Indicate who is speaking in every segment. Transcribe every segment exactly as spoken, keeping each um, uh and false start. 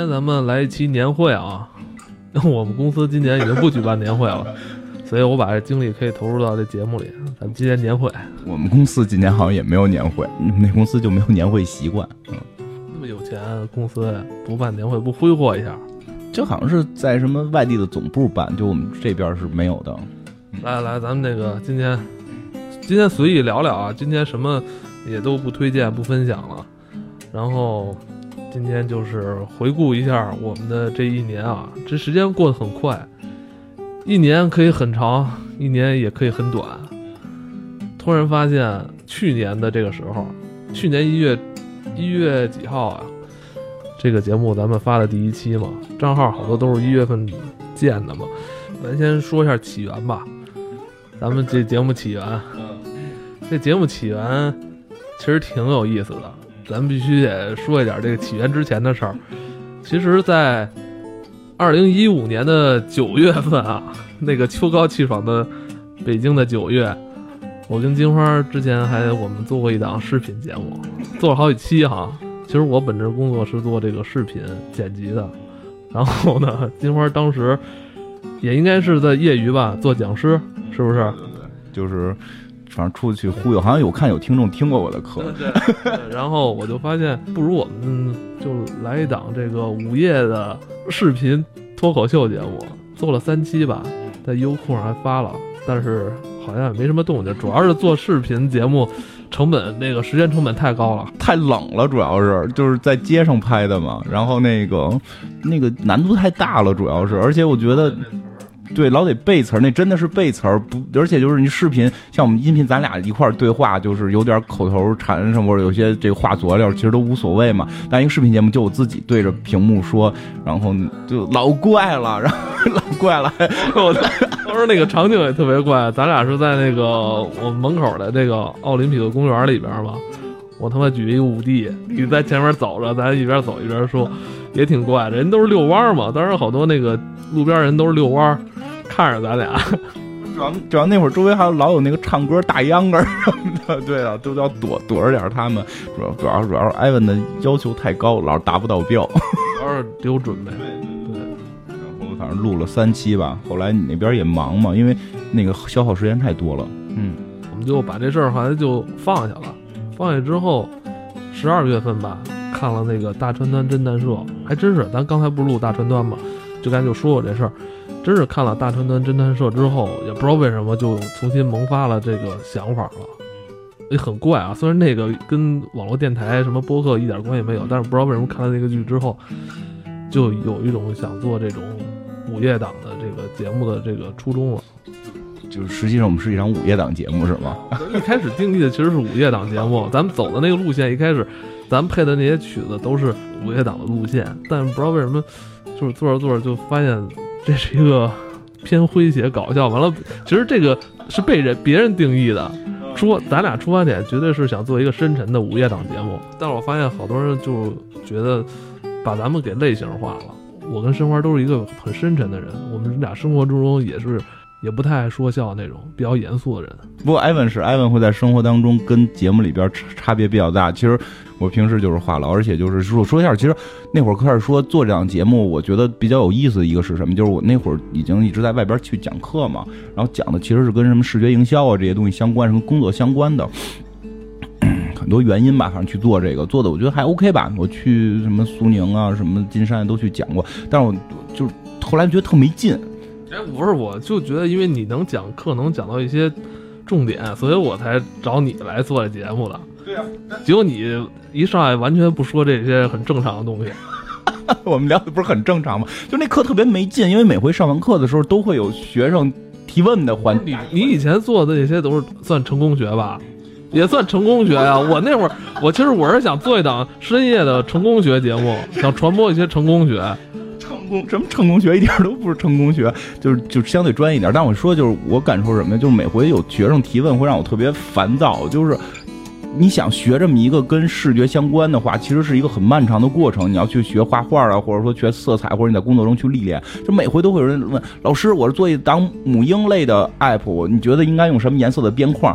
Speaker 1: 天咱们来一期年会啊，我们公司今年已经不举办年会了，所以我把这精力可以投入到这节目里。咱们今年年会，
Speaker 2: 我们公司今年好像也没有年会，那公司就没有年会习惯。嗯，
Speaker 1: 那么有钱公司不办年会不挥霍一下？
Speaker 2: 这好像是在什么外地的总部办，就我们这边是没有的。
Speaker 1: 来来，咱们那个今天今天随意聊聊啊，今天什么也都不推荐不分享了，然后今天就是回顾一下我们的这一年啊，这时间过得很快，一年可以很长，一年也可以很短。突然发现去年的这个时候，去年一月一月几号啊？这个节目咱们发的第一期嘛，账号好多都是一月份建的嘛。咱先说一下起源吧，咱们这节目起源，这节目起源其实挺有意思的，咱必须得说一点这个起源之前的事儿。其实，在二零一五年的九月份啊，那个秋高气爽的北京的九月，我跟金花之前还我们做过一档视频节目，做了好几期哈。其实我本职工作是做这个视频剪辑的，然后呢，金花当时也应该是在业余吧做讲师，是不是？
Speaker 2: 对对对，就是反正出去忽悠，好像有看有听众听过我的课。
Speaker 1: 对对对，然后我就发现，不如我们就来一档这个午夜的视频脱口秀节目，做了三期吧，在优酷上还发了，但是好像也没什么动静，主要是做视频节目。成本那个时间成本太高了，
Speaker 2: 太冷了，主要是就是在街上拍的嘛，然后那个那个难度太大了，主要是，而且我觉得，对，老得背词儿，那真的是背词儿，不，而且就是你视频，像我们音频，咱俩一块儿对话，就是有点口头禅什么，或者有些这个话佐料，其实都无所谓嘛。但一个视频节目，就我自己对着屏幕说，然后就老怪了，然后老怪了，我
Speaker 1: 当时那个场景也特别怪，咱俩是在那个我们门口的这个奥林匹克公园里边嘛，我他妈举一个五 D， 你在前面走着，咱一边走一边说，也挺怪的。人都是遛弯嘛，当时好多那个路边人都是遛弯，看着咱俩。
Speaker 2: 主要主要那会儿周围还有老有那个唱歌大秧歌什么的，对啊，都要躲躲着点他们。主要主要主要是艾文的要求太高，老是达不到标，
Speaker 1: 主要是得有准备。
Speaker 2: 反正录了三期吧，后来你那边也忙嘛，因为那个消耗时间太多了。嗯，
Speaker 1: 我们就把这事儿后来就放下了。放下之后，十二月份吧，看了那个大川端侦探社，还真是，咱刚才不是录大川端嘛，就刚才就说过这事儿，真是看了大川端侦探社之后，也不知道为什么就重新萌发了这个想法了。也很怪啊，虽然那个跟网络电台什么播客一点关系没有，但是不知道为什么看了那个剧之后，就有一种想做这种午夜档的这个节目的这个初衷了。
Speaker 2: 就是实际上我们是一场午夜档节目是吗？
Speaker 1: 一开始定义的其实是午夜档节目，咱们走的那个路线一开始咱们配的那些曲子都是午夜档的路线，但不知道为什么就是做着做着就发现这是一个偏诙谐搞笑，完了其实这个是被人别人定义的，说咱俩出发点绝对是想做一个深沉的午夜档节目，但是我发现好多人就觉得把咱们给类型化了。我跟申花都是一个很深沉的人，我们俩生活之中也是也不太爱说笑那种比较严肃的人。
Speaker 2: 不过艾文是艾文会在生活当中跟节目里边差别比较大。其实我平时就是话痨，而且就是说说一下，其实那会儿开始说做这档节目，我觉得比较有意思的一个是什么？就是我那会儿已经一直在外边去讲课嘛，然后讲的其实是跟什么视觉营销啊这些东西相关，什么工作相关的。很多原因吧，反正去做这个做的，我觉得还 OK 吧。我去什么苏宁啊、什么金山都去讲过，但是我就后来觉得特没劲。
Speaker 1: 哎，不是，我就觉得因为你能讲课，能讲到一些重点，所以我才找你来做这节目的。
Speaker 2: 对啊，
Speaker 1: 结果你一上来完全不说这些很正常的东西。
Speaker 2: 我们聊的不是很正常吗？就那课特别没劲，因为每回上完课的时候都会有学生提问的环节。
Speaker 1: 你你以前做的这些都是算成功学吧？也算成功学呀、啊！我那会儿，我其实我是想做一档深夜的成功学节目，想传播一些成功学。
Speaker 2: 成功什么成功学一点都不是成功学，就是就相对专业一点。但我说就是我感受什么，就是每回有学生提问会让我特别烦躁。就是你想学这么一个跟视觉相关的话，其实是一个很漫长的过程。你要去学画画啊，或者说学色彩，或者你在工作中去历练。就每回都会有人问老师，我是做一档母婴类的 app， 你觉得应该用什么颜色的边框？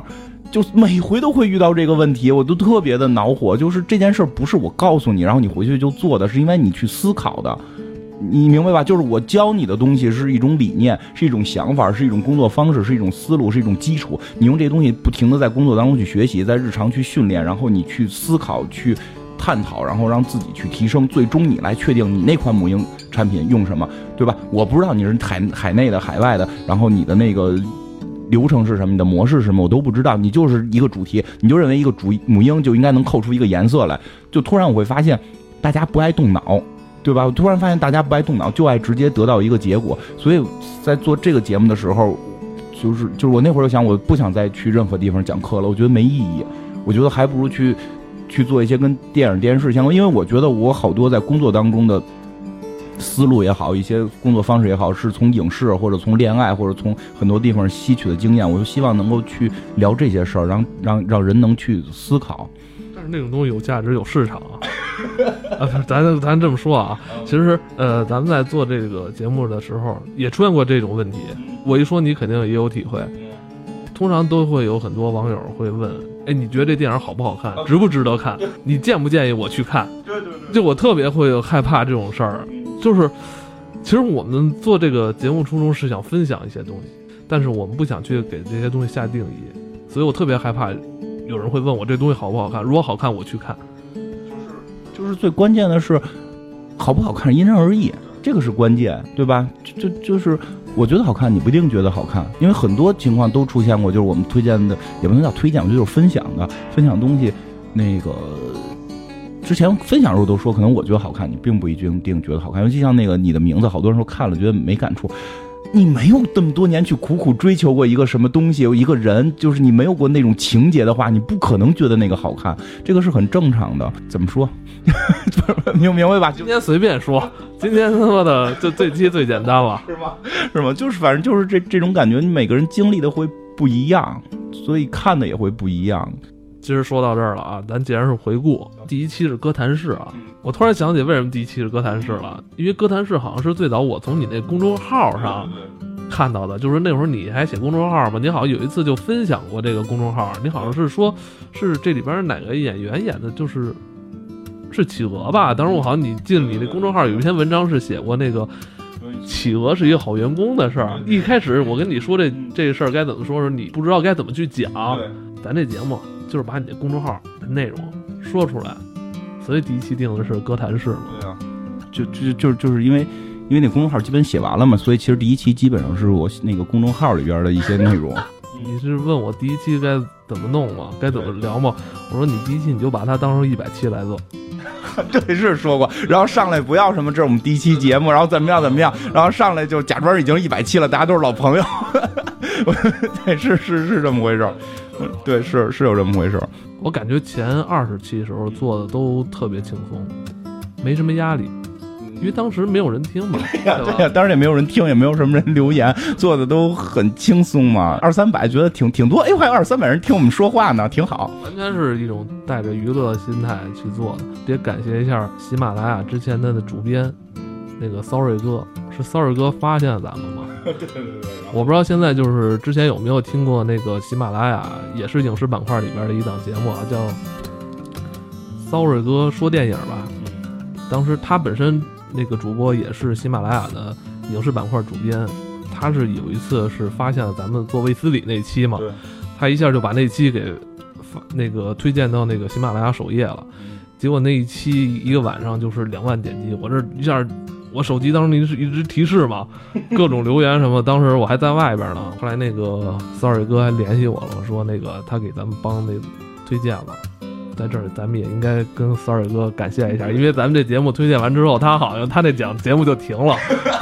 Speaker 2: 就每回都会遇到这个问题，我都特别的恼火。就是这件事不是我告诉你，然后你回去就做的，是因为你去思考的，你明白吧？就是我教你的东西是一种理念，是一种想法，是一种工作方式，是一种思路，是一种基础。你用这些东西不停的在工作当中去学习，在日常去训练，然后你去思考，去探讨，然后让自己去提升，最终你来确定你那款母婴产品用什么，对吧？我不知道你是海海内的、海外的，然后你的那个流程是什么，你的模式是什么，我都不知道。你就是一个主题，你就认为一个主母婴就应该能扣出一个颜色来，就突然我会发现大家不爱动脑，对吧？我突然发现大家不爱动脑，就爱直接得到一个结果。所以在做这个节目的时候，就是就是我那会儿就想，我不想再去任何地方讲课了，我觉得没意义。我觉得还不如去去做一些跟电影电视相关，因为我觉得我好多在工作当中的思路也好，一些工作方式也好，是从影视或者从恋爱或者从很多地方吸取的经验，我就希望能够去聊这些事儿，让让让人能去思考。
Speaker 1: 但是那种东西有价值有市场啊。啊，咱咱这么说啊，其实呃，咱们在做这个节目的时候也出现过这种问题。我一说你肯定也有体会。通常都会有很多网友会问，哎，你觉得这电影好不好看，值不值得看？你建不建议我去看？
Speaker 2: 对对对。
Speaker 1: 就我特别会害怕这种事儿，就是其实我们做这个节目初衷是想分享一些东西，但是我们不想去给这些东西下定义，所以我特别害怕有人会问我这东西好不好看，如果好看我去看。
Speaker 2: 就是最关键的是好不好看因人而异，这个是关键，对吧？就就是我觉得好看，你不一定觉得好看，因为很多情况都出现过，就是我们推荐的也不能叫推荐，我觉得就是分享的分享东西，那个之前分享的时候都说，可能我觉得好看，你并不一定觉得好看。尤其像那个你的名字，好多人说看了觉得没感触，你没有这么多年去苦苦追求过一个什么东西，有一个人，就是你没有过那种情节的话，你不可能觉得那个好看，这个是很正常的。怎么说？明明白吧？
Speaker 1: 今天随便说，今天他妈的这这期最简单了，
Speaker 2: 是吗？是吗？就是反正就是这这种感觉，你每个人经历的会不一样，所以看的也会不一样。
Speaker 1: 其实说到这儿了啊，咱既然是回顾第一期是歌坛室啊，我突然想起为什么第一期是歌坛室了，因为歌坛室好像是最早我从你那公众号上看到的，就是那会儿你还写公众号嘛，你好像有一次就分享过这个公众号，你好像是说是这里边哪个演员演的，就是是企鹅吧？当时我好像你进你那公众号有一篇文章是写过那个企鹅是一个好员工的事儿。一开始我跟你说这这事儿该怎么说时，你不知道该怎么去讲。咱这节目就是把你的公众号的内容说出来，所以第一期定的是歌坛室嘛。
Speaker 2: 对啊，就就就就是因为因为那公众号基本写完了嘛，所以其实第一期基本上是我那个公众号里边的一些内容。
Speaker 1: 你是问我第一期该怎么弄吗？该怎么聊吗？我说你第一期你就把它当成一百期来做。
Speaker 2: 对，是说过，然后上来不要什么，这是我们第一期节目，然后怎么样怎么样，然后上来就假装已经一百期了，大家都是老朋友。对，是是是这么回事，对，是是有这么回事。
Speaker 1: 我感觉前二十期的时候做的都特别轻松，没什么压力。因为当时没有人听嘛，
Speaker 2: 对呀、对呀，当然也没有人听，也没有什么人留言，做的都很轻松嘛。二三百觉得挺挺多，哎，还有二三百人听我们说话呢，挺好。
Speaker 1: 完全是一种带着娱乐心态去做的。也感谢一下喜马拉雅之前的主编，那个骚瑞哥，是骚瑞哥发现咱们吗？
Speaker 2: 对对对对。
Speaker 1: 我不知道现在就是之前有没有听过那个喜马拉雅也是影视板块里边的一档节目啊，叫骚瑞哥说电影吧。当时他本身。那个主播也是喜马拉雅的影视板块主编，他是有一次是发现了咱们做卫斯理那期嘛，他一下就把那期给发那个推荐到那个喜马拉雅首页了，结果那一期一个晚上就是两万点击，我这一下我手机当时是一直提示嘛，各种留言什么，当时我还在外边呢，后来那个 sorry 哥还联系我了，说那个他给咱们帮那推荐了。在这儿咱们也应该跟 sorry 哥感谢一下，因为咱们这节目推荐完之后，他好像他那讲节目就停了，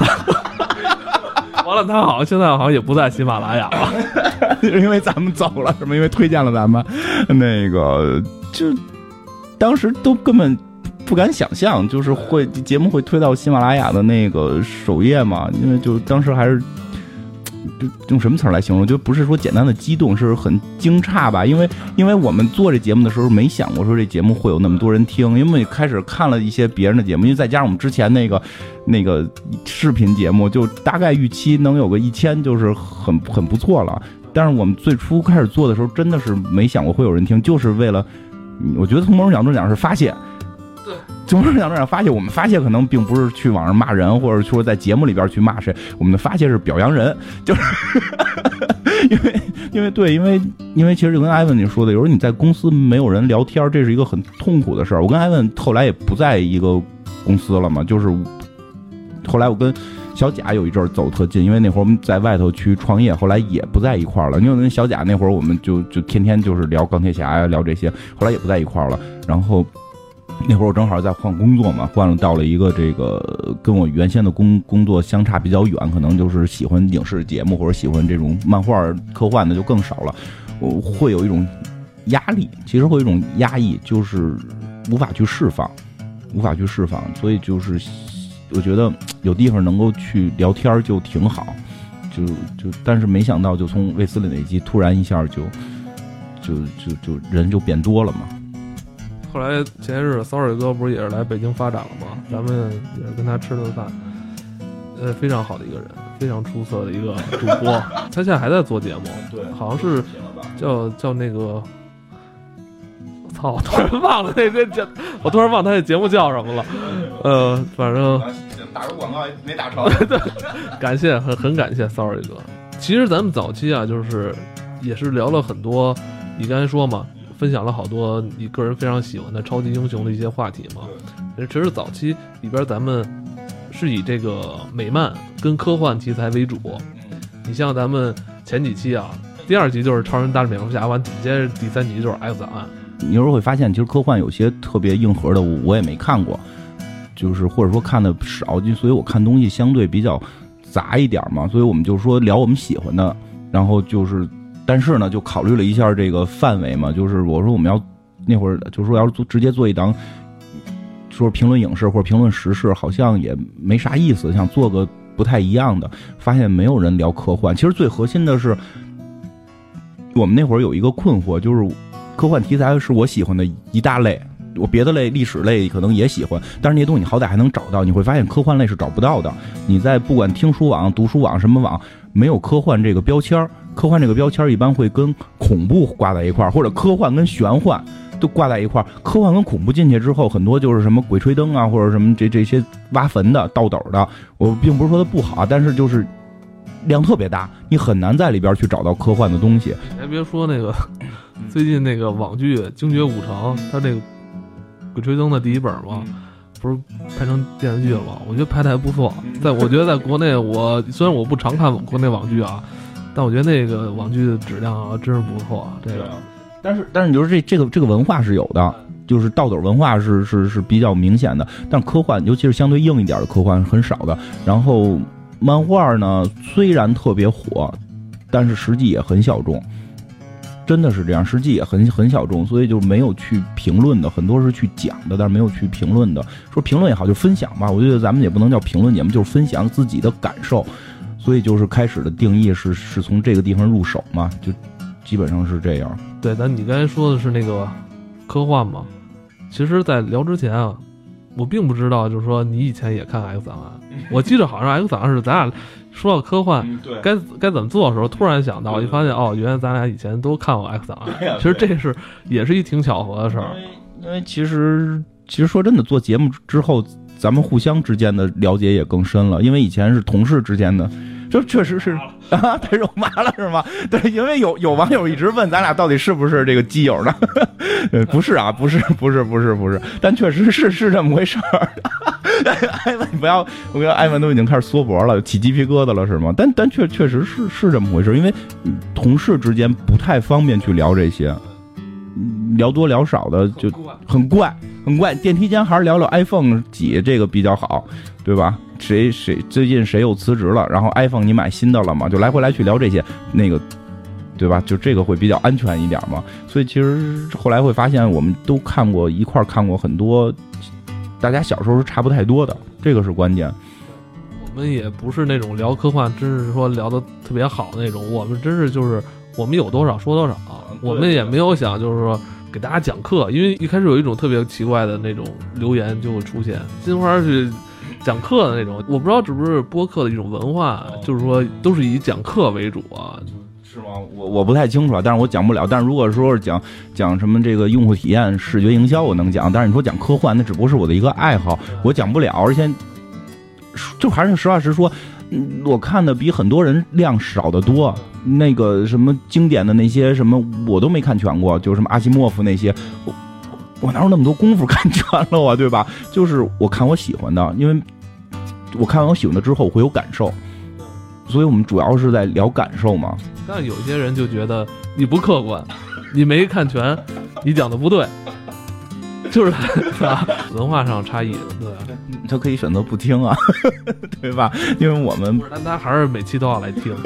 Speaker 1: 完了他好像现在好像也不在喜马拉雅了，
Speaker 2: 因为咱们走了，是吗？因为推荐了咱们，那个就当时都根本不敢想象，就是会节目会推到喜马拉雅的那个首页嘛，因为就当时还是。就用什么词来形容？就不是说简单的激动，是很惊诧吧？因为因为我们做这节目的时候没想过说这节目会有那么多人听，因为我们开始看了一些别人的节目，因为再加上我们之前那个那个视频节目，就大概预期能有个一千，就是很很不错了。 但是我们最初开始做的时候，真的是没想过会有人听，就是为了，我觉得从某种角度讲是发泄。
Speaker 1: 对，
Speaker 2: 从某种角度讲发泄，我们发泄可能并不是去网上骂人，或者说在节目里边去骂谁，我们的发泄是表扬人，就是因为因为对，因为因为其实就跟艾文你说的，有时候你在公司没有人聊天，这是一个很痛苦的事儿。我跟艾文后来也不在一个公司了嘛，就是后来我跟小贾有一阵儿走特近，因为那会儿我们在外头去创业，后来也不在一块儿了。因为跟小贾那会儿我们就就天天就是聊钢铁侠呀，聊这些，后来也不在一块儿了。然后那会儿我正好在换工作嘛，换了到了一个这个跟我原先的工工作相差比较远，可能就是喜欢影视节目或者喜欢这种漫画科幻的就更少了。我会有一种压力，其实会有一种压抑，就是无法去释放，无法去释放，所以就是我觉得有地方能够去聊天就挺好，就就但是没想到就从卫斯理那集突然一下就就就就人就变多了嘛。
Speaker 1: 后来前些日子骚水哥不是也是来北京发展了吗？咱们也是跟他吃顿饭，呃，非常好的一个人，非常出色的一个主播。他现在还在做节目，
Speaker 2: 对，
Speaker 1: 好像是叫叫那个，操，我突然忘了那个节，我突然忘他那节目叫什么了。呃，反正
Speaker 2: 打个广告没打成。
Speaker 1: 对，感谢，很很感谢骚水哥。其实咱们早期啊，就是也是聊了很多，你刚才说嘛。分享了好多你个人非常喜欢的超级英雄的一些话题嘛。其实早期里边咱们是以这个美漫跟科幻题材为主。你像咱们前几期啊，第二集就是超人大战蝙蝠侠，完紧接着第三集就是 X 档案。
Speaker 2: 你有时候会发现，其实科幻有些特别硬核的，我也没看过，就是或者说看的少，所以我看东西相对比较杂一点嘛。所以我们就说聊我们喜欢的，然后就是。但是呢，就考虑了一下这个范围嘛，就是我说我们要那会儿就是说要做直接做一档，说评论影视或者评论时事，好像也没啥意思，想做个不太一样的，发现没有人聊科幻。其实最核心的是，我们那会儿有一个困惑，就是科幻题材是我喜欢的一大类，我别的类历史类可能也喜欢，但是那些东西你好歹还能找到，你会发现科幻类是找不到的。你在不管听书网、读书网什么网，没有科幻这个标签。科幻这个标签一般会跟恐怖挂在一块儿，或者科幻跟玄幻都挂在一块儿。科幻跟恐怖进去之后，很多就是什么鬼吹灯啊，或者什么这这些挖坟的、倒斗的。我并不是说它不好，但是就是量特别大，你很难在里边去找到科幻的东西。
Speaker 1: 你还别说那个最近那个网剧《精绝五常》，它那个鬼吹灯的第一本嘛。不是拍成电视剧了吗？我觉得拍的还不错。在我觉得在国内，我虽然我不常看国内网剧啊。但我觉得那个网剧的质量啊，真是不错。这个，
Speaker 2: 但是但是你就是这这个这个文化是有的，就是倒斗文化是是是比较明显的。但科幻，尤其是相对硬一点的科幻是很少的。然后漫画呢，虽然特别火，但是实际也很小众，真的是这样，实际也很很小众，所以就没有去评论的，很多是去讲的，但是没有去评论的。说评论也好，就分享吧。我觉得咱们也不能叫评论节目，就是分享自己的感受。所以就是开始的定义是是从这个地方入手嘛，就基本上是这样。
Speaker 1: 对，但你刚才说的是那个科幻嘛，其实在聊之前啊，我并不知道，就是说你以前也看 X 档案，我记得好像 X 档案是咱俩说到科幻，
Speaker 2: 嗯、对
Speaker 1: 该该怎么做的时候，突然想到，一发现哦，原来咱俩以前都看过 X 档案，其实这是也是一挺巧合的事儿。
Speaker 2: 因为其实其实说真的，做节目之后，咱们互相之间的了解也更深了，因为以前是同事之间的。这确实是啊，太肉麻了是吗？对，因为有有网友一直问咱俩到底是不是这个基友呢？呃，不是啊，不是，不是，不是，不是，但确实是是这么回事儿。艾文，你不要，我跟艾文都已经开始缩脖了，起鸡皮疙瘩了是吗？但但确确实是是这么回事，因为同事之间不太方便去聊这些，聊多聊少的就很怪，很怪。电梯间还是聊聊 iPhone 几这个比较好，对吧？谁谁最近谁又辞职了？然后 iPhone 你买新的了吗？就来回来去聊这些，那个，对吧？就这个会比较安全一点嘛。所以其实后来会发现，我们都看过一块看过很多，大家小时候是差不太多的，这个是关键。
Speaker 1: 我们也不是那种聊科幻，真是说聊得特别好的那种。我们真是就是我们有多少说多少，我们也没有想就是说给大家讲课，因为一开始有一种特别奇怪的那种留言就会出现，金花是讲课的那种，我不知道是不是播客的一种文化，就是说都是以讲课为主啊。
Speaker 2: 是吗？我我不太清楚，但是我讲不了。但是如果说是讲讲什么这个用户体验、视觉营销，我能讲。但是你说讲科幻，那只不过是我的一个爱好，我讲不了。而且就还是实话实说，我看的比很多人量少得多。那个什么经典的那些什么，我都没看全过，就什么阿西莫夫那些，我我哪有那么多功夫看全了啊，对吧？就是我看我喜欢的，因为我看完我喜欢的之后，我会有感受。所以我们主要是在聊感受嘛。
Speaker 1: 但有些人就觉得你不客观，你没看全，你讲的不对，就是啊，文化上差异，对，
Speaker 2: 他可以选择不听啊，对吧？因为我们，
Speaker 1: 但他还是每期都要来听。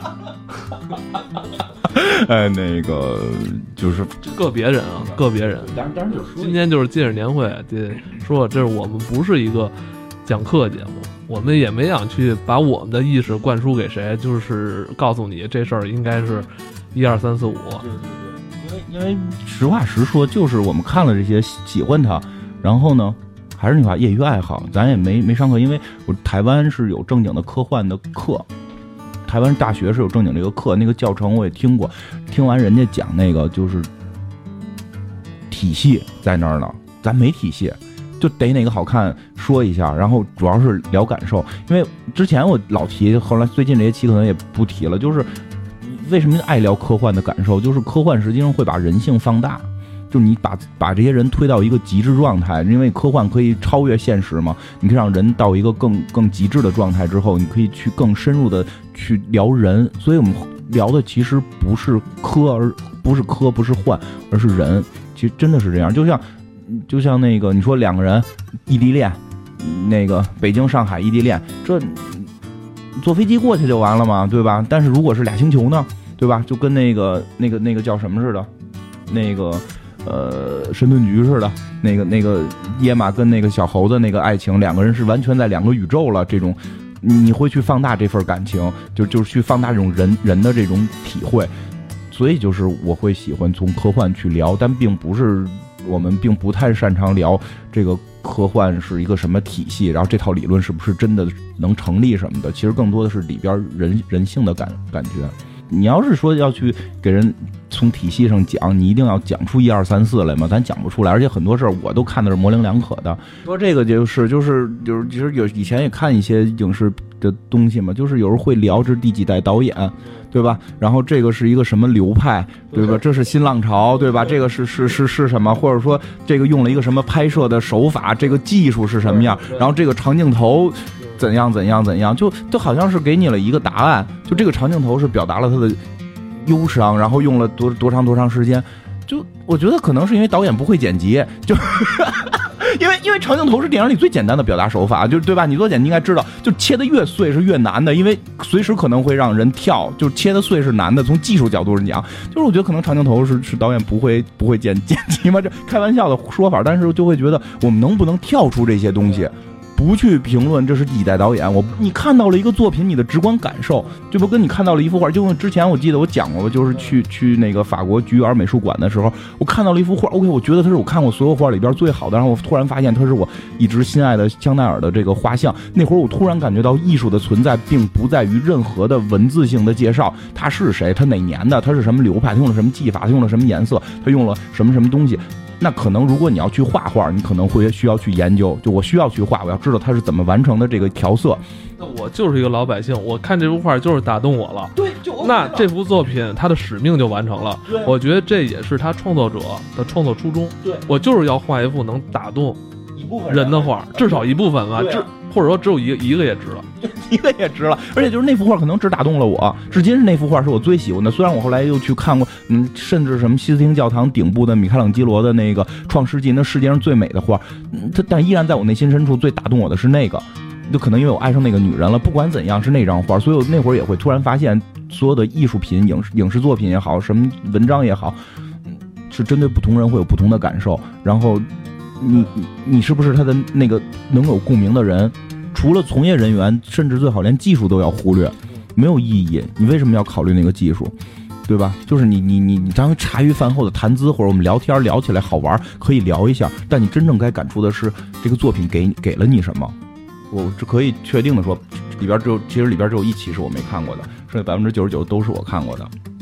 Speaker 2: 哎，那个就是
Speaker 1: 个别人啊，个别人。
Speaker 2: 当然，当然就说
Speaker 1: 今天就是戒指年会，这说这是我们不是一个讲课节目。我们也没想去把我们的意识灌输给谁，就是告诉你这事儿应该是一二三四五。
Speaker 2: 对对对，因为因为实话实说，就是我们看了这些喜欢它，然后呢，还是那句话，业余爱好，咱也没没上课，因为我台湾是有正经的科幻的课，台湾大学是有正经这个课，那个教程我也听过，听完人家讲那个就是体系在那儿呢，咱没体系。就得哪个好看说一下，然后主要是聊感受，因为之前我老提，后来最近这些期可能也不提了。就是为什么爱聊科幻的感受，就是科幻实际上会把人性放大，就是你把把这些人推到一个极致状态，因为科幻可以超越现实嘛，你可以让人到一个更更极致的状态之后，你可以去更深入的去聊人，所以我们聊的其实不是科，而不是科，不是幻，而是人，其实真的是这样，就像。就像那个你说两个人异地恋，那个北京上海异地恋，这坐飞机过去就完了嘛，对吧？但是如果是俩星球呢，对吧？就跟那个那个那个叫什么似的，那个呃神盾局似的，那个那个野马跟那个小猴子那个爱情，两个人是完全在两个宇宙了，这种你会去放大这份感情，就就是去放大这种人人的这种体会，所以就是我会喜欢从科幻去聊，但并不是。我们并不太擅长聊这个科幻是一个什么体系，然后这套理论是不是真的能成立什么的，其实更多的是里边人人性的感感觉。你要是说要去给人从体系上讲，你一定要讲出一二三四来嘛，咱讲不出来，而且很多事儿我都看的是模棱两可的。说这个就是就是就是其实有以前也看一些影视的东西嘛，就是有时候会聊这第几代导演，对吧？然后这个是一个什么流派，对吧？这是新浪潮，对吧？这个是是是是什么？或者说这个用了一个什么拍摄的手法，这个技术是什么样？然后这个长镜头怎样怎样怎样，就就好像是给你了一个答案，就这个长镜头是表达了他的忧伤，然后用了多多长多长时间。就我觉得可能是因为导演不会剪辑，就因为因为长镜头是电影里最简单的表达手法，就对吧？你做剪辑应该知道，就切的越碎是越难的，因为随时可能会让人跳，就切的碎是难的。从技术角度上讲，就是我觉得可能长镜头是是导演不会不会剪剪辑嘛，这开玩笑的说法，但是就会觉得我们能不能跳出这些东西。不去评论这是第几代导演，我你看到了一个作品，你的直观感受，就不跟你看到了一幅画。就之前我记得我讲过，就是去去那个法国菊园美术馆的时候，我看到了一幅画 ，OK， 我觉得它是我看过所有画里边最好的，然后我突然发现它是我一直心爱的香奈儿的这个画像。那会儿我突然感觉到艺术的存在并不在于任何的文字性的介绍，他是谁，他哪年的，他是什么流派，他用了什么技法，他用了什么颜色，他用了什么什么东西。那可能如果你要去画画，你可能会需要去研究，就我需要去画，我要知道它是怎么完成的这个调色。
Speaker 1: 那我就是一个老百姓，我看这幅画就是打动我了，
Speaker 2: 对，就
Speaker 1: 那这幅作品它的使命就完成了。我觉得这也是他创作者的创作初衷。
Speaker 2: 对，
Speaker 1: 我就是要画一幅能打动
Speaker 2: 一部分
Speaker 1: 人的画，至少一部分吧，至或者说只有一个一个也值了。
Speaker 2: 一个也值了，而且就是那幅画可能只打动了我，至今是那幅画是我最喜欢的。虽然我后来又去看过，嗯，甚至什么西斯廷教堂顶部的米开朗基罗的那个《创世纪》，那世界上最美的画，嗯，但依然在我内心深处最打动我的是那个。就可能因为我爱上那个女人了，不管怎样是那张画，所以我那会儿也会突然发现，所有的艺术品、影视影视作品也好，什么文章也好，是针对不同人会有不同的感受。然后你你是不是他的那个能有共鸣的人？除了从业人员，甚至最好连技术都要忽略，没有意义。你为什么要考虑那个技术，对吧？就是你你你你，当茶余饭后的谈资，或者我们聊天聊起来好玩，可以聊一下。但你真正该感触的是，这个作品给给了你什么？我这可以确定的说，里边只有其实里边只有一期是我没看过的，剩下百分之九十九都是我看过的。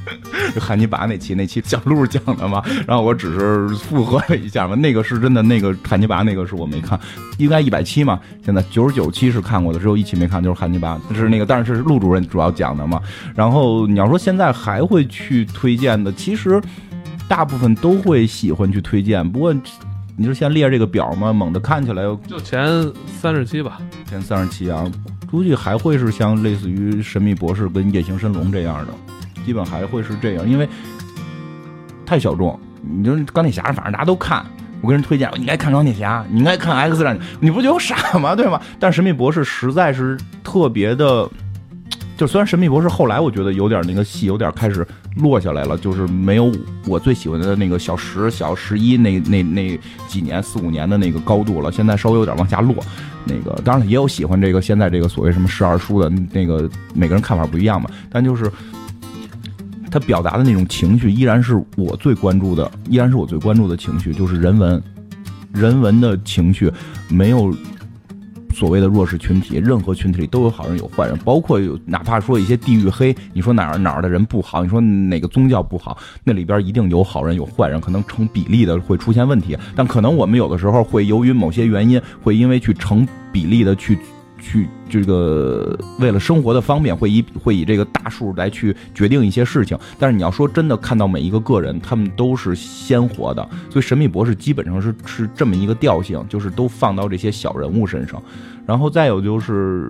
Speaker 2: 就汉尼拔那期，那期小鹿讲的嘛，然后我只是附和了一下嘛。那个是真的，那个汉尼拔那个是我没看，应该一百期嘛，现在九十九期是看过的，只有一期没看，就是汉尼拔，是那个，但是是陆主任主要讲的嘛。然后你要说现在还会去推荐的，其实大部分都会喜欢去推荐，不过你说现在列这个表嘛，猛的看起来
Speaker 1: 就前三十期吧，
Speaker 2: 前三十期啊，估计还会是像类似于神秘博士跟夜行神龙这样的，基本还会是这样，因为太小众。你就是钢铁侠，反正大家都看，我跟人推荐，你应该看钢铁侠，你应该看 X 战警，你不觉得我傻吗？对吗？但是神秘博士实在是特别的，就虽然神秘博士后来我觉得有点那个戏有点开始落下来了，就是没有我最喜欢的那个小十、小十一那那那几年四五年的那个高度了，现在稍微有点往下落。那个当然了，也有喜欢这个现在这个所谓什么十二书的那个，每个人看法不一样嘛，但就是他表达的那种情绪依然是我最关注的，依然是我最关注的情绪，就是人文，人文的情绪，没有所谓的弱势群体，任何群体里都有好人有坏人，包括有哪怕说一些地域黑，你说哪儿哪儿的人不好，你说哪个宗教不好，那里边一定有好人有坏人，可能成比例的会出现问题，但可能我们有的时候会由于某些原因，会因为去成比例的去去这个为了生活的方便，会以会以这个大数来去决定一些事情，但是你要说真的看到每一个个人，他们都是鲜活的，所以神秘博士基本上是是这么一个调性，就是都放到这些小人物身上。然后再有就是，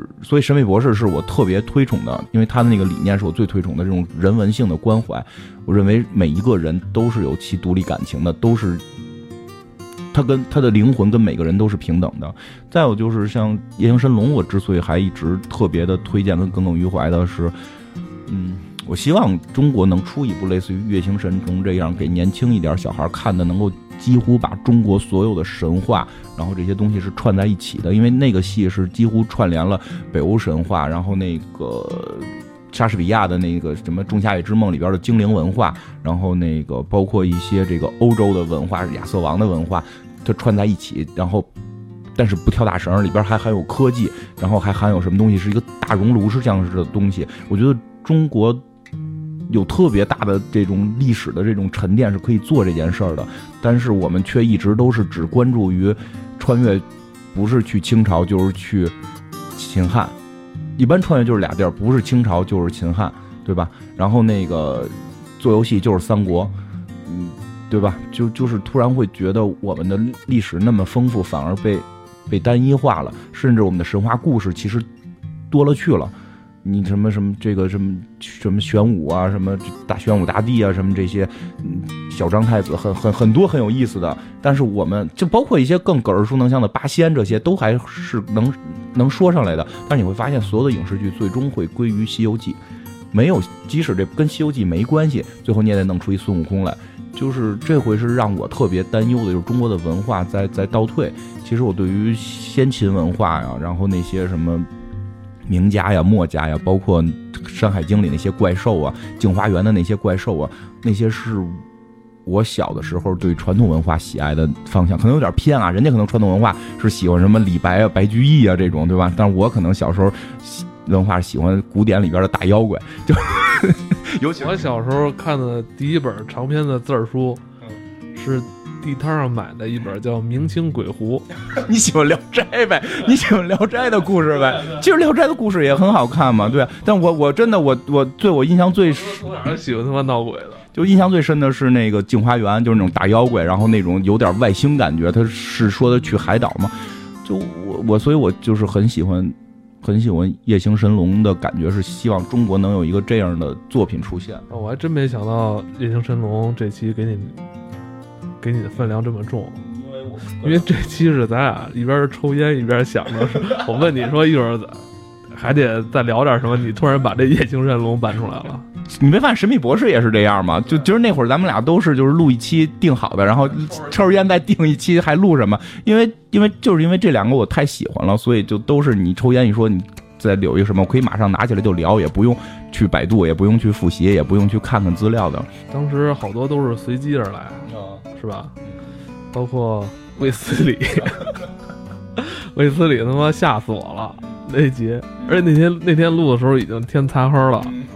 Speaker 2: 所以神秘博士是我特别推崇的，因为他的那个理念是我最推崇的，这种人文性的关怀，我认为每一个人都是有其独立感情的，都是他跟他的灵魂跟每个人都是平等的。再有就是像夜行神龙，我之所以还一直特别的推荐跟耿耿于怀的是，嗯，我希望中国能出一部类似于夜行神龙这样给年轻一点小孩看的，能够几乎把中国所有的神话，然后这些东西是串在一起的，因为那个戏是几乎串联了北欧神话，然后那个莎士比亚的那个什么《仲夏夜之梦》里边的精灵文化，然后那个包括一些这个欧洲的文化，亚瑟王的文化，它串在一起，然后但是不跳大绳，里边还含有科技，然后还含有什么东西是一个大熔炉是这样式的东西。我觉得中国有特别大的这种历史的这种沉淀是可以做这件事儿的，但是我们却一直都是只关注于穿越，不是去清朝就是去秦汉，一般穿越就是俩地儿，不是清朝就是秦汉，对吧？然后那个做游戏就是三国，嗯，对吧？就就是突然会觉得我们的历史那么丰富，反而被被单一化了，甚至我们的神话故事其实多了去了。你什么什么这个什么什么玄武啊，什么大玄武大帝啊，什么这些，嗯，小张太子很很很多很有意思的，但是我们就包括一些更耳熟能详的八仙，这些都还是能能说上来的。但是你会发现，所有的影视剧最终会归于《西游记》，没有，即使这跟《西游记》没关系，最后你也得弄出一孙悟空来。就是这回是让我特别担忧的，就是中国的文化在在倒退。其实我对于先秦文化呀，然后那些什么名家呀、墨家呀，包括《山海经》里那些怪兽啊，镜花缘的那些怪兽啊，那些是我小的时候对传统文化喜爱的方向，可能有点偏啊。人家可能传统文化是喜欢什么李白啊、白居易啊这种，对吧？但是我可能小时候文化喜欢古典里边的大妖怪，就尤其
Speaker 1: 我小时候看的第一本长篇的字儿书，是地摊上买的一本叫《明清鬼狐》。
Speaker 2: 你喜欢《聊斋》呗？你喜欢《聊斋》的故事呗？其实《聊斋》的故事也很好看嘛，对。但我我真的我我对我印象最
Speaker 1: 从哪喜欢他妈闹鬼的？
Speaker 2: 就印象最深的是那个镜花缘，就是那种大妖怪，然后那种有点外星感觉。他是说的去海岛嘛？就我我所以，我就是很喜欢很喜欢夜行神龙的感觉，是希望中国能有一个这样的作品出现。
Speaker 1: 我还真没想到夜行神龙这期给你给你的分量这么重，因为我因为这期是咱俩一边抽烟一边想的，我问你说一会儿还得再聊点什么，你突然把这夜行神龙搬出来了。
Speaker 2: 你没发现神秘博士也是这样吗？就就是那会儿咱们俩都是就是录一期定好的，然后抽着烟再定一期还录什么？因为因为就是因为这两个我太喜欢了，所以就都是你抽烟一说你再留一个什么，我可以马上拿起来就聊，也不用去百度，也不用去复习，也不用去看看资料的。
Speaker 1: 当时好多都是随机而来，是吧？包括卫斯理，卫斯理他妈吓死我了那一集，而且那天那天录的时候已经天擦黑了，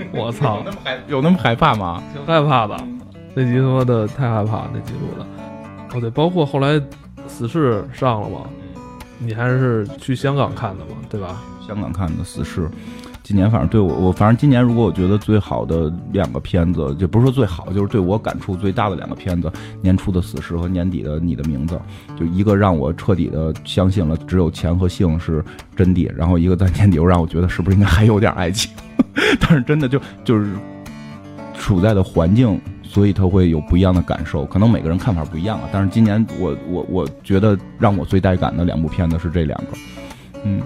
Speaker 1: 我操，
Speaker 2: 有那么害怕吗？
Speaker 1: 挺害怕的，那集他妈的太害怕，那集录的。哦对，包括后来死侍上了嘛，你还是去香港看的嘛，对吧？
Speaker 2: 香港看的死侍。今年反正对我，我反正今年如果我觉得最好的两个片子，就不是说最好，就是对我感触最大的两个片子，年初的《死侍》和年底的《你的名字》，就一个让我彻底的相信了只有钱和性是真谛，然后一个在年底又让我觉得是不是应该还有点爱情，但是真的就就是处在的环境，所以他会有不一样的感受，可能每个人看法不一样啊。但是今年我我我觉得让我最带感的两部片子是这两个，嗯。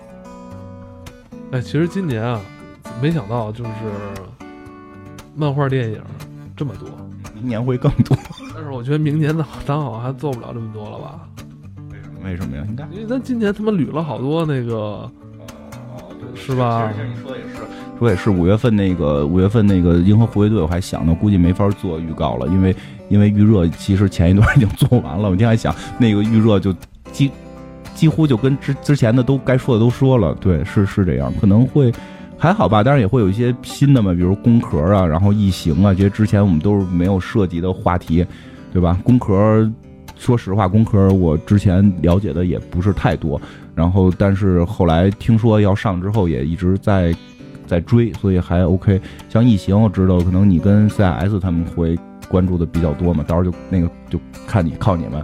Speaker 1: 哎，其实今年啊，没想到就是漫画电影这么多，
Speaker 2: 明年会更多。
Speaker 1: 但是我觉得明年的咱好像还做不了这么多了吧？
Speaker 2: 为什么？为什么呀？应该
Speaker 1: 因为咱今年他妈捋了好多那个，哦、是吧？
Speaker 2: 其实你说也是，说也是。五月份那个五月份那个银河护卫队，我还想呢，估计没法做预告了，因为因为预热其实前一段已经做完了。我今天还想那个预热就几。几乎就跟之之前的都该说的都说了，对，是是这样，可能会还好吧，当然也会有一些新的嘛，比如工壳啊，然后异形啊，这些之前我们都是没有涉及的话题，对吧？工壳，说实话，工壳我之前了解的也不是太多，然后但是后来听说要上之后，也一直在在追，所以还 OK。像异形，我知道可能你跟 C I S 他们会关注的比较多嘛，到时候就那个就看你靠你们。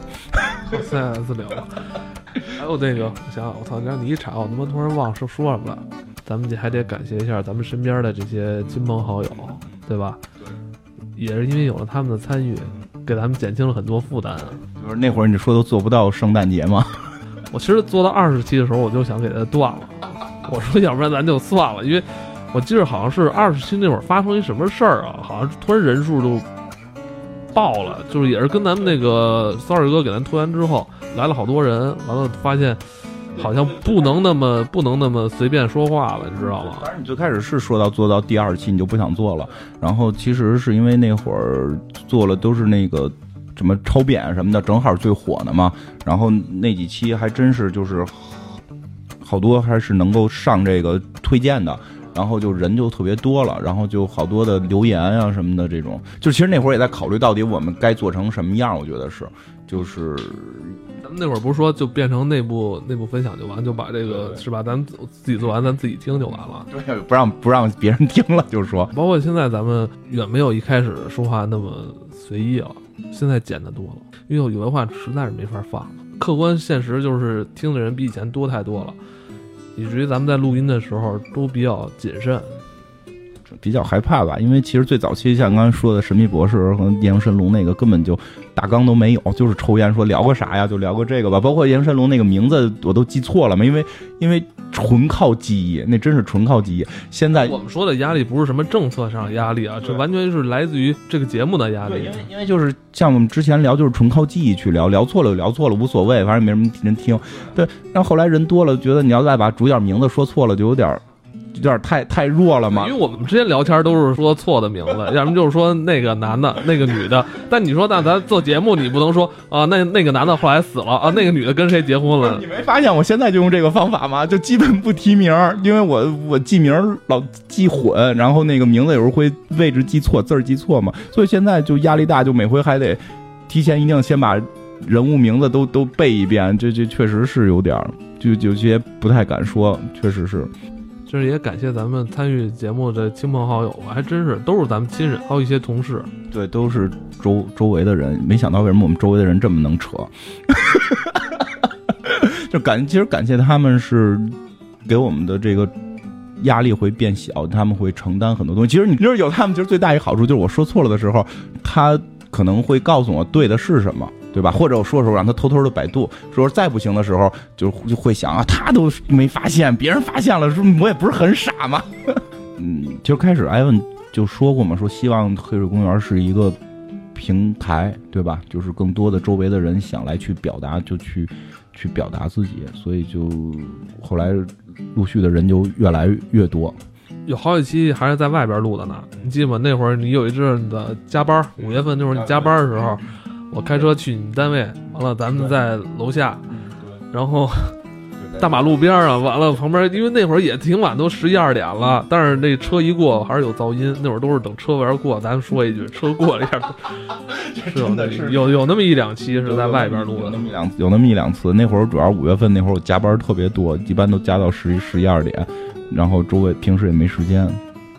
Speaker 1: C I S 聊。还有那个，我想想，我操！让你一查，我他妈突然忘说说什么了。咱们还得感谢一下咱们身边的这些亲朋好友，对吧？也是因为有了他们的参与，给咱们减轻了很多负担。
Speaker 2: 就是那会儿你说都做不到圣诞节吗？
Speaker 1: 我其实做到二十期的时候，我就想给它断了。我说，要不然咱就算了，因为我记得好像是二十期那会儿发生一什么事儿啊，好像是突然人数都爆了，就是也是跟咱们那个 Sorry 哥给咱拖完之后。来了好多人，完了发现好像不能那么不能那么随便说话了，你知道吗？
Speaker 2: 反正你最开始是说到做到第二期你就不想做了，然后其实是因为那会儿做了都是那个什么超扁什么的，正好最火的嘛，然后那几期还真是就是好多还是能够上这个推荐的。然后就人就特别多了，然后就好多的留言啊什么的这种，就其实那会儿也在考虑到底我们该做成什么样，我觉得是，就是
Speaker 1: 咱们那会儿不是说就变成内部内部分享就完，就把这个是吧，咱们自己做完咱自己听就完了，
Speaker 2: 对，不让不让别人听了，就是说，
Speaker 1: 包括现在咱们远没有一开始说话那么随意了，现在简单多了，因为有的话实在是没法放，客观现实就是听的人比以前多太多了。以至于咱们在录音的时候都比较谨慎，
Speaker 2: 比较害怕吧。因为其实最早期像刚才说的《神秘博士》和《夜行神龙》那个根本就大纲都没有，就是抽烟说聊个啥呀，就聊个这个吧。包括《夜行神龙》那个名字我都记错了嘛，因为因为纯靠记忆，那真是纯靠记忆。现在
Speaker 1: 我们说的压力不是什么政策上的压力啊，这完全是来自于这个节目的压力。
Speaker 2: 因为因为就是像我们之前聊，就是纯靠记忆去聊，聊错了就聊错了，无所谓，反正没什么人听。对，然后后来人多了，觉得你要再把主角名字说错了，就有点。有点太太弱了嘛，
Speaker 1: 因为我们之前聊天都是说错的名字，要么就是说那个男的那个女的，但你说那咱做节目你不能说啊那那个男的后来死了啊，那个女的跟谁结婚了？
Speaker 2: 你没发现我现在就用这个方法吗？就基本不提名，因为我我记名老记混，然后那个名字有时候会位置记错，字儿记错嘛，所以现在就压力大，就每回还得提前一定先把人物名字都都背一遍，这这确实是有点就有些不太敢说，确实是。
Speaker 1: 就是也感谢咱们参与节目的亲朋好友吧，还真是都是咱们亲人，还有一些同事，
Speaker 2: 对，都是周周围的人。没想到为什么我们周围的人这么能扯，就感其实感谢他们是给我们的这个压力会变小，他们会承担很多东西。其实你就是有他们，其实最大一个好处就是我说错了的时候，他可能会告诉我对的是什么。对吧？或者我说的时候让他偷偷的百度，说再不行的时候就就会想啊，他都没发现，别人发现了，说我也不是很傻嘛。嗯，就开始艾文就说过嘛，说希望黑水公园是一个平台，对吧？就是更多的周围的人想来去表达，就去去表达自己，所以就后来陆续的人就越来越多。
Speaker 1: 有好几期还是在外边录的呢，你记得吗？那会儿你有一阵的加班，五月份那会儿你加班的时候。我开车去你单位，完了咱们在楼下，然后大马路边上，完了旁边，因为那会儿也挺晚，都十一二点了，但是那车一过还是有噪音。那会儿都是等车玩过，咱说一句，车过了一下，是有那有有那么一两期是在外边录的，
Speaker 2: 有那么一两有那么一两次。那会儿主要五月份那会儿我加班特别多，一般都加到十一十一二点，然后周围平时也没时间。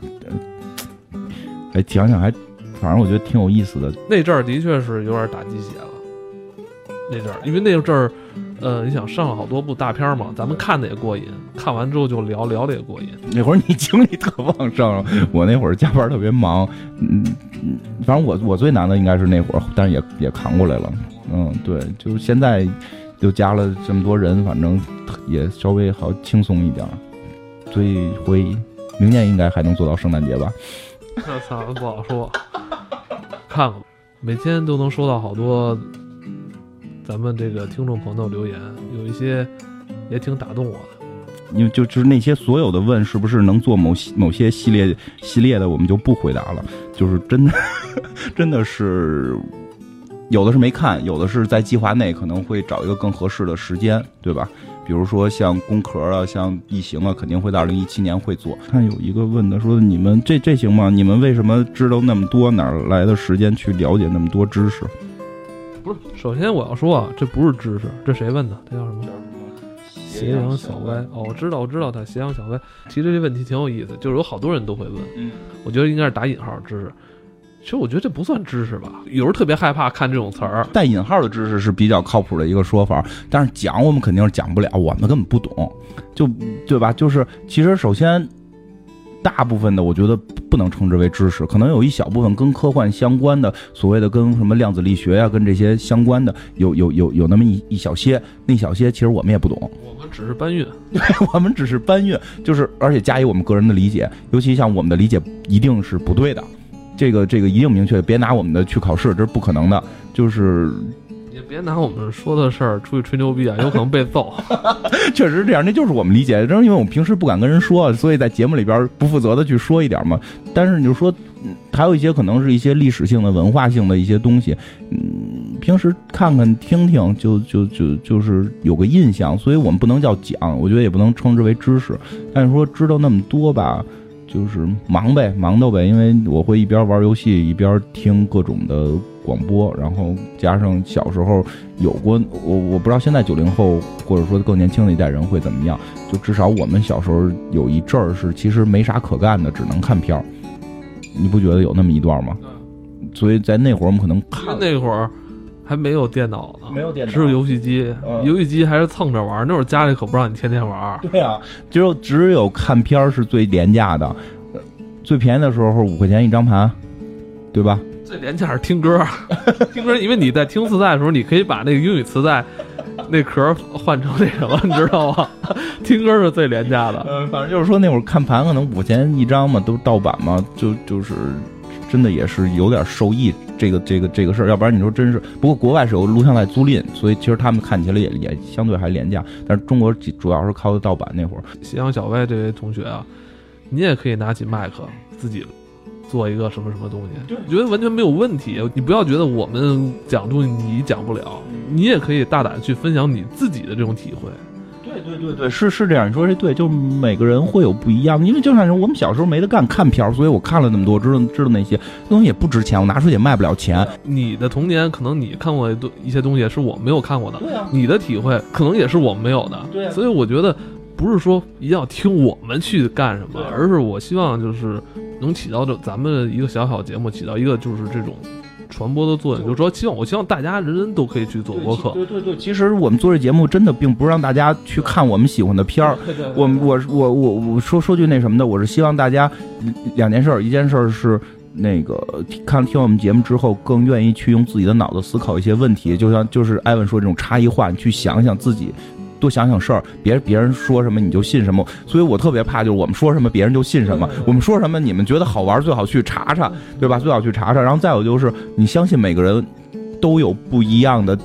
Speaker 2: 哎，想想还，反正我觉得挺有意思的。
Speaker 1: 那阵儿的确是有点打鸡血了。那阵儿，因为那阵儿，呃，你想上了好多部大片嘛，咱们看的也过瘾，看完之后就聊聊的也过瘾。
Speaker 2: 那会儿你精力特旺盛，我那会儿加班特别忙，嗯，反正我我最难的应该是那会儿，但是也也扛过来了。嗯，对，就是现在又加了这么多人，反正也稍微好轻松一点，所以会明年应该还能做到圣诞节吧。
Speaker 1: 那操，不好说。看看，每天都能收到好多咱们这个听众朋友留言，有一些也挺打动我的。
Speaker 2: 因为就就是那些所有的问是不是能做某某些系列系列的，我们就不回答了。就是真的真的是有的是没看，有的是在计划内，可能会找一个更合适的时间，对吧？比如说像工壳啊，像异形啊，肯定会在二零一七年会做。看有一个问的说，你们这这行吗？你们为什么知道那么多？哪来的时间去了解那么多知识？
Speaker 1: 不是，首先我要说啊，这不是知识，这谁问的？他叫什么？斜阳小歪。哦，我知道，我知道他斜阳小歪。其实这问题挺有意思，就是有好多人都会问。嗯，我觉得应该是打引号知识。其实我觉得这不算知识吧，有时候特别害怕看这种词儿。
Speaker 2: 带引号的知识是比较靠谱的一个说法，但是讲我们肯定是讲不了，我们根本不懂，就对吧？就是其实首先大部分的我觉得不能称之为知识，可能有一小部分跟科幻相关的，所谓的跟什么量子力学呀、啊，跟这些相关的，有有有有那么一一小些，那小些其实我们也不懂，
Speaker 1: 我们只是搬运，
Speaker 2: 对，我们只是搬运，就是而且加以我们个人的理解，尤其像我们的理解一定是不对的。这个这个一定明确，别拿我们的去考试，这是不可能的。就是
Speaker 1: 也别拿我们说的事儿出去吹牛逼啊，有可能被揍。
Speaker 2: 确实是这样，那就是我们理解，正是因为我们平时不敢跟人说，所以在节目里边不负责的去说一点嘛。但是你就说，还有一些可能是一些历史性的、文化性的一些东西，嗯，平时看看听听，就就就就是有个印象，所以我们不能叫讲，我觉得也不能称之为知识。但是说知道那么多吧。就是忙呗，忙到呗，因为我会一边玩游戏一边听各种的广播，然后加上小时候有过，我我不知道现在九零后或者说更年轻的一代人会怎么样，就至少我们小时候有一阵儿是其实没啥可干的，只能看片儿，你不觉得有那么一段吗？所以在那会儿我们可能看
Speaker 1: 那会儿还没有电脑呢，
Speaker 2: 没有电脑，
Speaker 1: 只有游戏机，嗯、游戏机还是蹭着玩。那会儿家里可不让你天天玩。
Speaker 2: 对啊，只有只有看片是最廉价的，最便宜的时候五块钱一张盘，对吧？
Speaker 1: 最廉价是听歌，听歌，因为你在听磁带的时候，你可以把那个英语磁带那壳换成那什么，你知道吗？听歌是最廉价的。
Speaker 2: 嗯，反正就是说那会儿看盘可能五块钱一张嘛，都盗版嘛，就就是。真的也是有点受益这个这个这个事儿，要不然你说真是。不过国外是有录像带租赁，所以其实他们看起来也也相对还廉价，但是中国主要是靠的盗版那会儿。
Speaker 1: 夕阳小歪这位同学啊，你也可以拿起麦克自己做一个什么什么东西，我觉得完全没有问题。你不要觉得我们讲东西你讲不了，你也可以大胆去分享你自己的这种体会。
Speaker 2: 对对对对，是是这样，你说这对，就每个人会有不一样，因为就像是我们小时候没得干，看片，所以我看了那么多，知道知道那些东西也不值钱，我拿出去也卖不了钱。
Speaker 1: 你的童年可能你看过一些东西是我没有看过的，对啊，你的体会可能也是我没有的，对啊，所以我觉得不是说一定要听我们去干什么，而是我希望就是能起到这咱们一个小小节目起到一个就是这种传播的作用，就是说希望我希望大家人人都可以去做播客。
Speaker 2: 对对对，其实我们做这节目真的并不是让大家去看我们喜欢的片儿，我我我我我说说句那什么的，我是希望大家两件事，一件事是那个看听我们节目之后更愿意去用自己的脑子思考一些问题，就像就是艾文说这种差异化，你去想想自己。多想想事儿，别别人说什么你就信什么，所以我特别怕就是我们说什么别人就信什么，我们说什么你们觉得好玩最好去查查，对吧？最好去查查。然后再有就是你相信每个人都有不一样的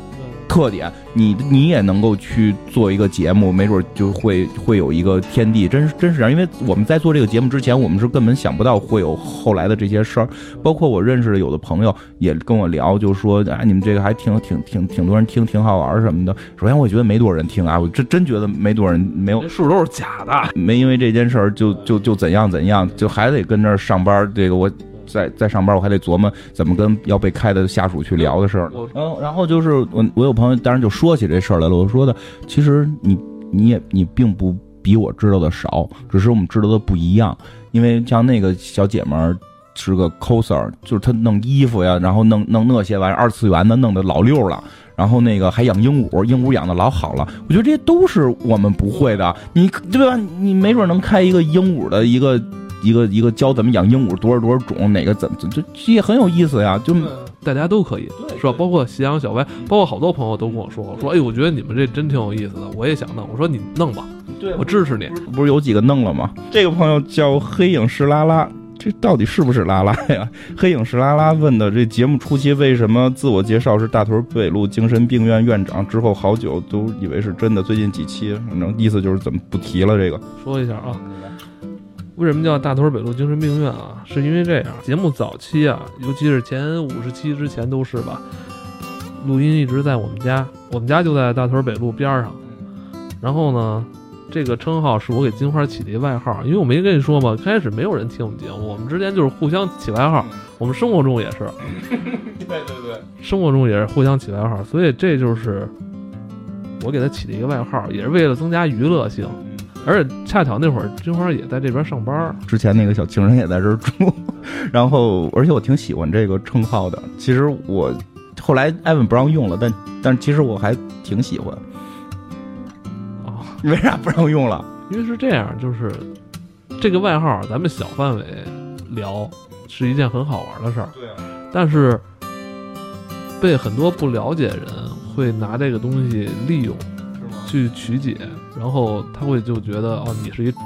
Speaker 2: 特点，你你也能够去做一个节目，没准就会会有一个天地，真真是这样。因为我们在做这个节目之前，我们是根本想不到会有后来的这些事儿。包括我认识的有的朋友也跟我聊，就说啊，你们这个还挺挺挺挺多人听，挺好玩什么的。首先我觉得没多少人听啊，我真真觉得没多少人，没有
Speaker 1: 数都是假的，
Speaker 2: 没因为这件事儿就就就怎样怎样，就还得跟那儿上班。这个我。在在上班，我还得琢磨怎么跟要被开的下属去聊的事儿。然后，然后就是我我有朋友，当然就说起这事儿来了。我说的，其实你你也你并不比我知道的少，只是我们知道的不一样。因为像那个小姐们儿是个 coser， 就是她弄衣服呀，然后弄弄那些玩意儿，二次元的弄得老溜了。然后那个还养鹦鹉，鹦鹉养的老好了。我觉得这些都是我们不会的。你对吧？你没准能开一个鹦鹉的一个。一个一个教怎么养鹦鹉，多少多少种，哪个怎么这这也很有意思呀，就
Speaker 1: 大家都可以是吧？包括夕阳小歪，包括好多朋友都跟我说说，哎，我觉得你们这真挺有意思的，我也想弄。我说你弄吧，对，我支持你。
Speaker 2: 不是有几个弄了吗？这个朋友叫黑影是拉拉，这到底是不是拉拉呀？黑影是拉拉问的，这节目初期为什么自我介绍是大屯北路精神病院院长，之后好久都以为是真的，最近几期，反正意思就是怎么不提了这个。
Speaker 1: 说一下啊。为什么叫大屯北路精神病院啊？是因为这样，节目早期啊，尤其是前五十期之前都是吧，录音一直在我们家，我们家就在大屯北路边上。然后呢，这个称号是我给金花起的一外号，因为我没跟你说嘛，开始没有人听我们节目，我们之间就是互相起外号，我们生活中也是，
Speaker 2: 对对对，
Speaker 1: 生活中也是互相起外号，所以这就是我给他起的一个外号，也是为了增加娱乐性。而且恰巧那会儿金花也在这边上班，
Speaker 2: 之前那个小情人也在这儿住，然后而且我挺喜欢这个称号的。其实我后来艾文不让用了，但但其实我还挺喜欢。
Speaker 1: 哦，
Speaker 2: 为啥不让用了？
Speaker 1: 因为是这样，就是这个外号咱们小范围聊是一件很好玩的事儿，
Speaker 2: 对啊，
Speaker 1: 但是被很多不了解人会拿这个东西利用。去曲解，然后他会就觉得哦，你是一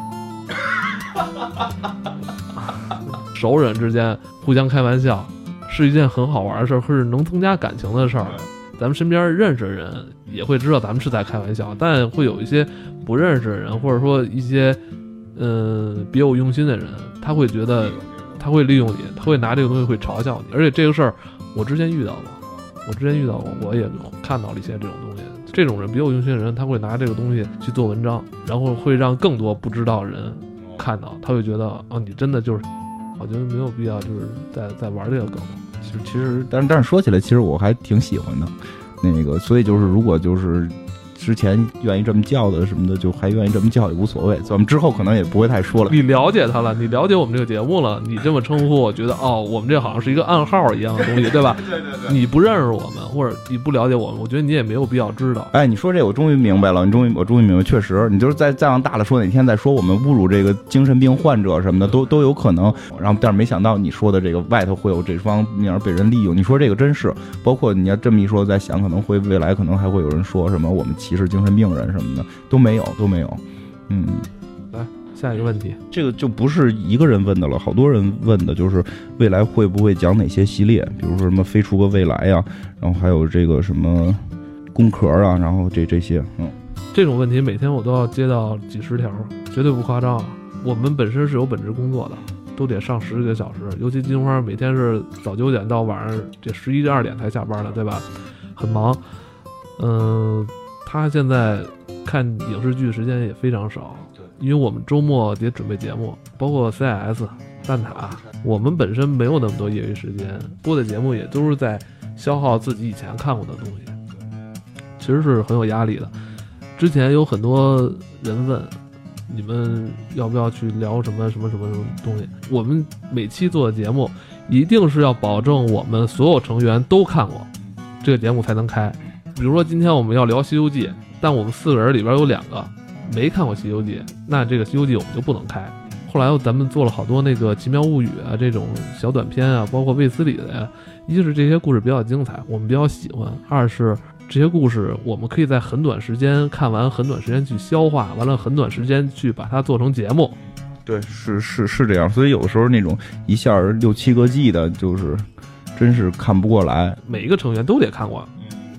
Speaker 1: 熟人之间互相开玩笑，是一件很好玩的事儿，是能增加感情的事儿。咱们身边认识的人也会知道咱们是在开玩笑，但会有一些不认识的人，或者说一些嗯、呃、别有用心的人，他会觉得他会利用你，他会拿这个东西会嘲笑你。而且这个事儿我之前遇到过，我之前遇到过，我也看到了一些这种东西。这种人别有用心的人，他会拿这个东西去做文章，然后会让更多不知道的人看到，他会觉得哦，你真的就是，我觉得没有必要就是在在玩这个梗。其实其实，
Speaker 2: 但是但是说起来，其实我还挺喜欢的，那个，所以就是如果就是之前愿意这么叫的什么的，就还愿意这么叫也无所谓。咱们之后可能也不会太说了。
Speaker 1: 你了解他了，你了解我们这个节目了，你这么称呼，我觉得哦，我们这好像是一个暗号一样的东西，对吧？
Speaker 2: 对对对。
Speaker 1: 你不认识我们，或者你不了解我们，我觉得你也没有必要知道。
Speaker 2: 哎，你说这我终于明白了，你终于我终于明白，确实，你就是再再往大了说，哪天再说我们侮辱这个精神病患者什么的，都都有可能。然后，但是没想到你说的这个外头会有这方面被人利用，你说这个真是，包括你要这么一说，在想可能会未来可能还会有人说什么我们歧视精神病人什么的，都没有都没有。嗯，
Speaker 1: 来下一个问题，
Speaker 2: 这个就不是一个人问的了，好多人问的就是未来会不会讲哪些系列，比如说什么飞出个未来呀、啊，然后还有这个什么工壳啊，然后这这些，嗯，
Speaker 1: 这种问题每天我都要接到几十条，绝对不夸张。我们本身是有本职工作的，都得上十几个小时，尤其金花每天是早九点到晚上这十一二点才下班的，对吧？很忙。嗯，他现在看影视剧时间也非常少，因为我们周末得准备节目，包括 C I S 蛋挞，我们本身没有那么多业余时间，播的节目也都是在消耗自己以前看过的东西，其实是很有压力的。之前有很多人问你们要不要去聊什么什么什么什么东西，我们每期做的节目一定是要保证我们所有成员都看过这个节目才能开。比如说今天我们要聊西游记，但我们四个人里边有两个没看过西游记，那这个西游记我们就不能开。后来咱们做了好多那个奇妙物语啊这种小短片啊，包括卫斯理的呀，一是这些故事比较精彩我们比较喜欢，二是这些故事我们可以在很短时间看完，很短时间去消化完了，很短时间去把它做成节目。
Speaker 2: 对，是是是这样，所以有的时候那种一下六七个季的就是真是看不过来，
Speaker 1: 每一个成员都得看过，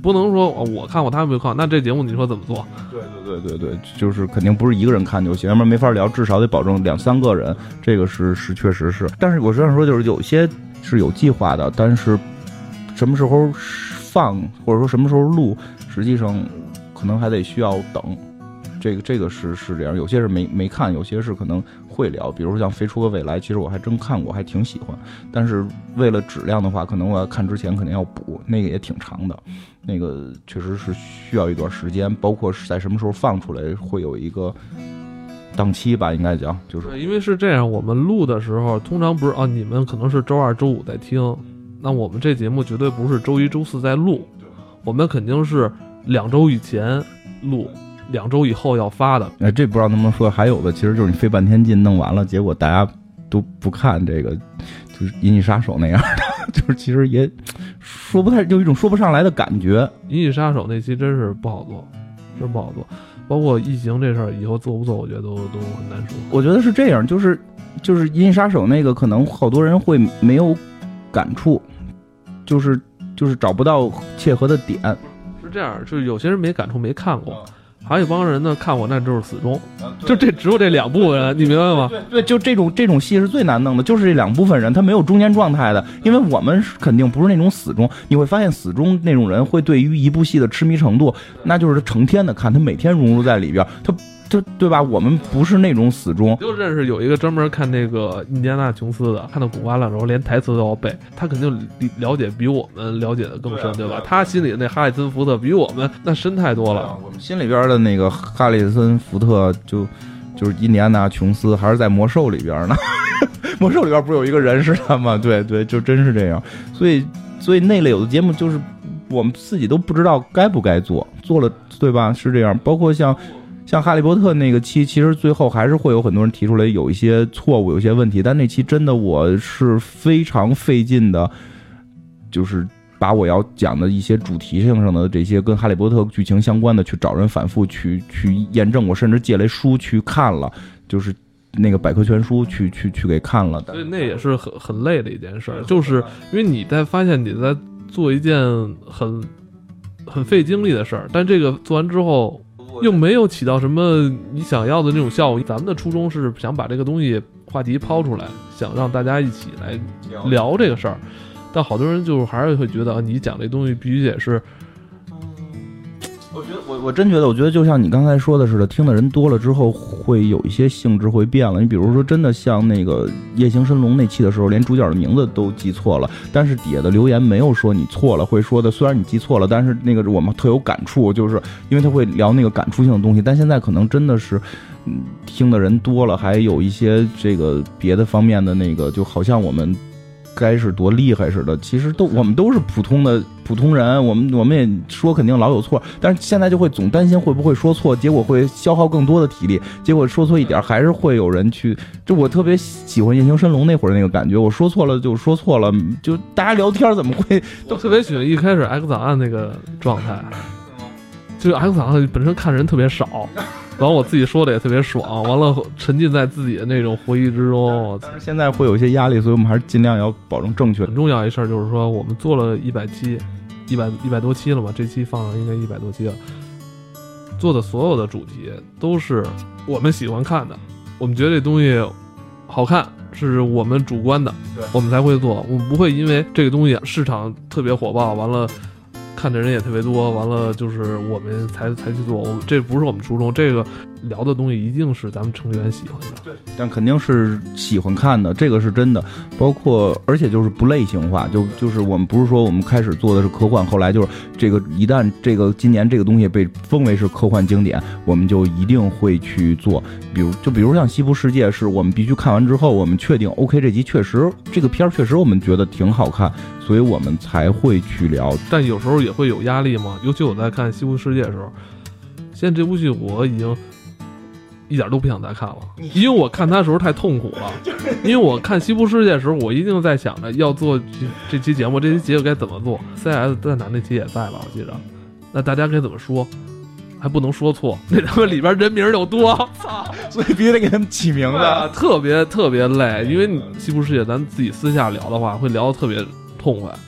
Speaker 1: 不能说我看过他没有看，那这节目你说怎么做？
Speaker 2: 对对对对对，就是肯定不是一个人看就行，要不然没法聊，至少得保证两三个人，这个是是确实是。但是我实际上说，就是有些是有计划的，但是什么时候放或者说什么时候录，实际上可能还得需要等。这个这个是是这样，有些是没没看，有些是可能会聊，比如说像《飞出个未来》，其实我还真看过，还挺喜欢。但是为了质量的话，可能我要看之前肯定要补，那个也挺长的，那个确实是需要一段时间，包括是在什么时候放出来，会有一个档期吧，应该讲就是。
Speaker 1: 因为是这样，我们录的时候通常不是啊，你们可能是周二、周五在听，那我们这节目绝对不是周一、周四在录，我们肯定是两周以前录。两周以后要发的，
Speaker 2: 哎，这不知道能不能说。还有的其实就是你费半天劲弄完了，结果大家都不看这个，就是《银翼杀手》那样的，就是其实也说不太，有一种说不上来的感觉。《
Speaker 1: 银翼杀手》那期真是不好做，真不好做。包括异形这事儿，以后做不做，我觉得都都很难说。
Speaker 2: 我觉得是这样，就是就是《银翼杀手》那个，可能好多人会没有感触，就是就是找不到切合的点。
Speaker 1: 是这样，就是有些人没感触，没看过。还有一帮人呢，看我那就是死忠，就这只有这两部分人，你明白吗？
Speaker 2: 对 对, 对，就这种这种戏是最难弄的，就是这两部分人，他没有中间状态的，因为我们肯定不是那种死忠，你会发现死忠那种人会对于一部戏的痴迷程度，那就是他成天的看，他每天融入在里边，他。就对吧？我们不是那种死忠，
Speaker 1: 就认识有一个专门看那个印第安纳琼斯的，看到古巴了之后连台词都要背，他肯定了解比我们了解的更深， 对, 对吧？他心里那哈里森福特比我们那深太多了。啊、
Speaker 2: 我们心里边的那个哈里森福特就就是印第安纳琼斯，还是在魔兽里边呢。魔兽里边不是有一个人是他吗？对对，就真是这样。所以所以那类有的节目就是我们自己都不知道该不该做，做了对吧？是这样，包括像。像哈利波特那个期，其实最后还是会有很多人提出来有一些错误，有一些问题，但那期真的我是非常费劲的，就是把我要讲的一些主题性上的这些跟哈利波特剧情相关的去找人反复去去验证，我甚至借来书去看了，就是那个百科全书去去去给看了的。
Speaker 1: 所以那也是很很累的一件事，就是因为你在发现你在做一件很很费精力的事儿，但这个做完之后又没有起到什么你想要的那种效果。咱们的初衷是想把这个东西话题抛出来，想让大家一起来聊这个事儿，但好多人就是还是会觉得你讲这东西必须也是。
Speaker 2: 我觉得我我真觉得，我觉得就像你刚才说的似的，听的人多了之后，会有一些性质会变了。你比如说，真的像那个《夜行神龙》那期的时候，连主角的名字都记错了，但是底下的留言没有说你错了，会说的虽然你记错了，但是那个我们特有感触，就是因为他会聊那个感触性的东西。但现在可能真的是，嗯，听的人多了，还有一些这个别的方面的那个，就好像我们该是多厉害似的，其实都我们都是普通的普通人，我们我们也说肯定老有错，但是现在就会总担心会不会说错，结果会消耗更多的体力，结果说错一点还是会有人去。就我特别喜欢《夜行神龙》那会儿那个感觉，我说错了就说错了，就大家聊天怎么会
Speaker 1: 都特别喜欢一开始 X 档案那个状态，就是 X 档案本身看人特别少。然后我自己说的也特别爽，完了沉浸在自己的那种回忆之中。
Speaker 2: 但是现在会有一些压力，所以我们还是尽量要保证正确。
Speaker 1: 很重要一事儿就是说，我们做了一百期，一百一百多期了嘛，这期放了应该一百多期了。做的所有的主题都是我们喜欢看的，我们觉得这东西好看，是我们主观的，我们才会做。我们不会因为这个东西市场特别火爆，完了。看的人也特别多，完了就是我们才才去做，我们这不是我们初衷，这个聊的东西一定是咱们成员喜欢的，
Speaker 2: 对，但肯定是喜欢看的，这个是真的。包括而且就是不类型化，就就是我们不是说我们开始做的是科幻，后来就是这个一旦这个今年这个东西被封为是科幻经典，我们就一定会去做。比如就比如像《西部世界》，是我们必须看完之后，我们确定 OK 这集确实这个片儿确实我们觉得挺好看，所以我们才会去聊。
Speaker 1: 但有时候也会有压力嘛，尤其我在看《西部世界》的时候，现在这部戏我已经一点都不想再看了，因为我看它的时候太痛苦了。因为我看《西部世界》的时候，我一定在想着要做这期节目，这期节目该怎么做。C S 蛋挞那期也在吧，我记着。那大家该怎么说？还不能说错，那他们里边人名又多，操！
Speaker 2: 所以必须得给他们起名字，
Speaker 1: 啊、特别特别累。因为你《西部世界》咱自己私下聊的话，会聊得特别痛快。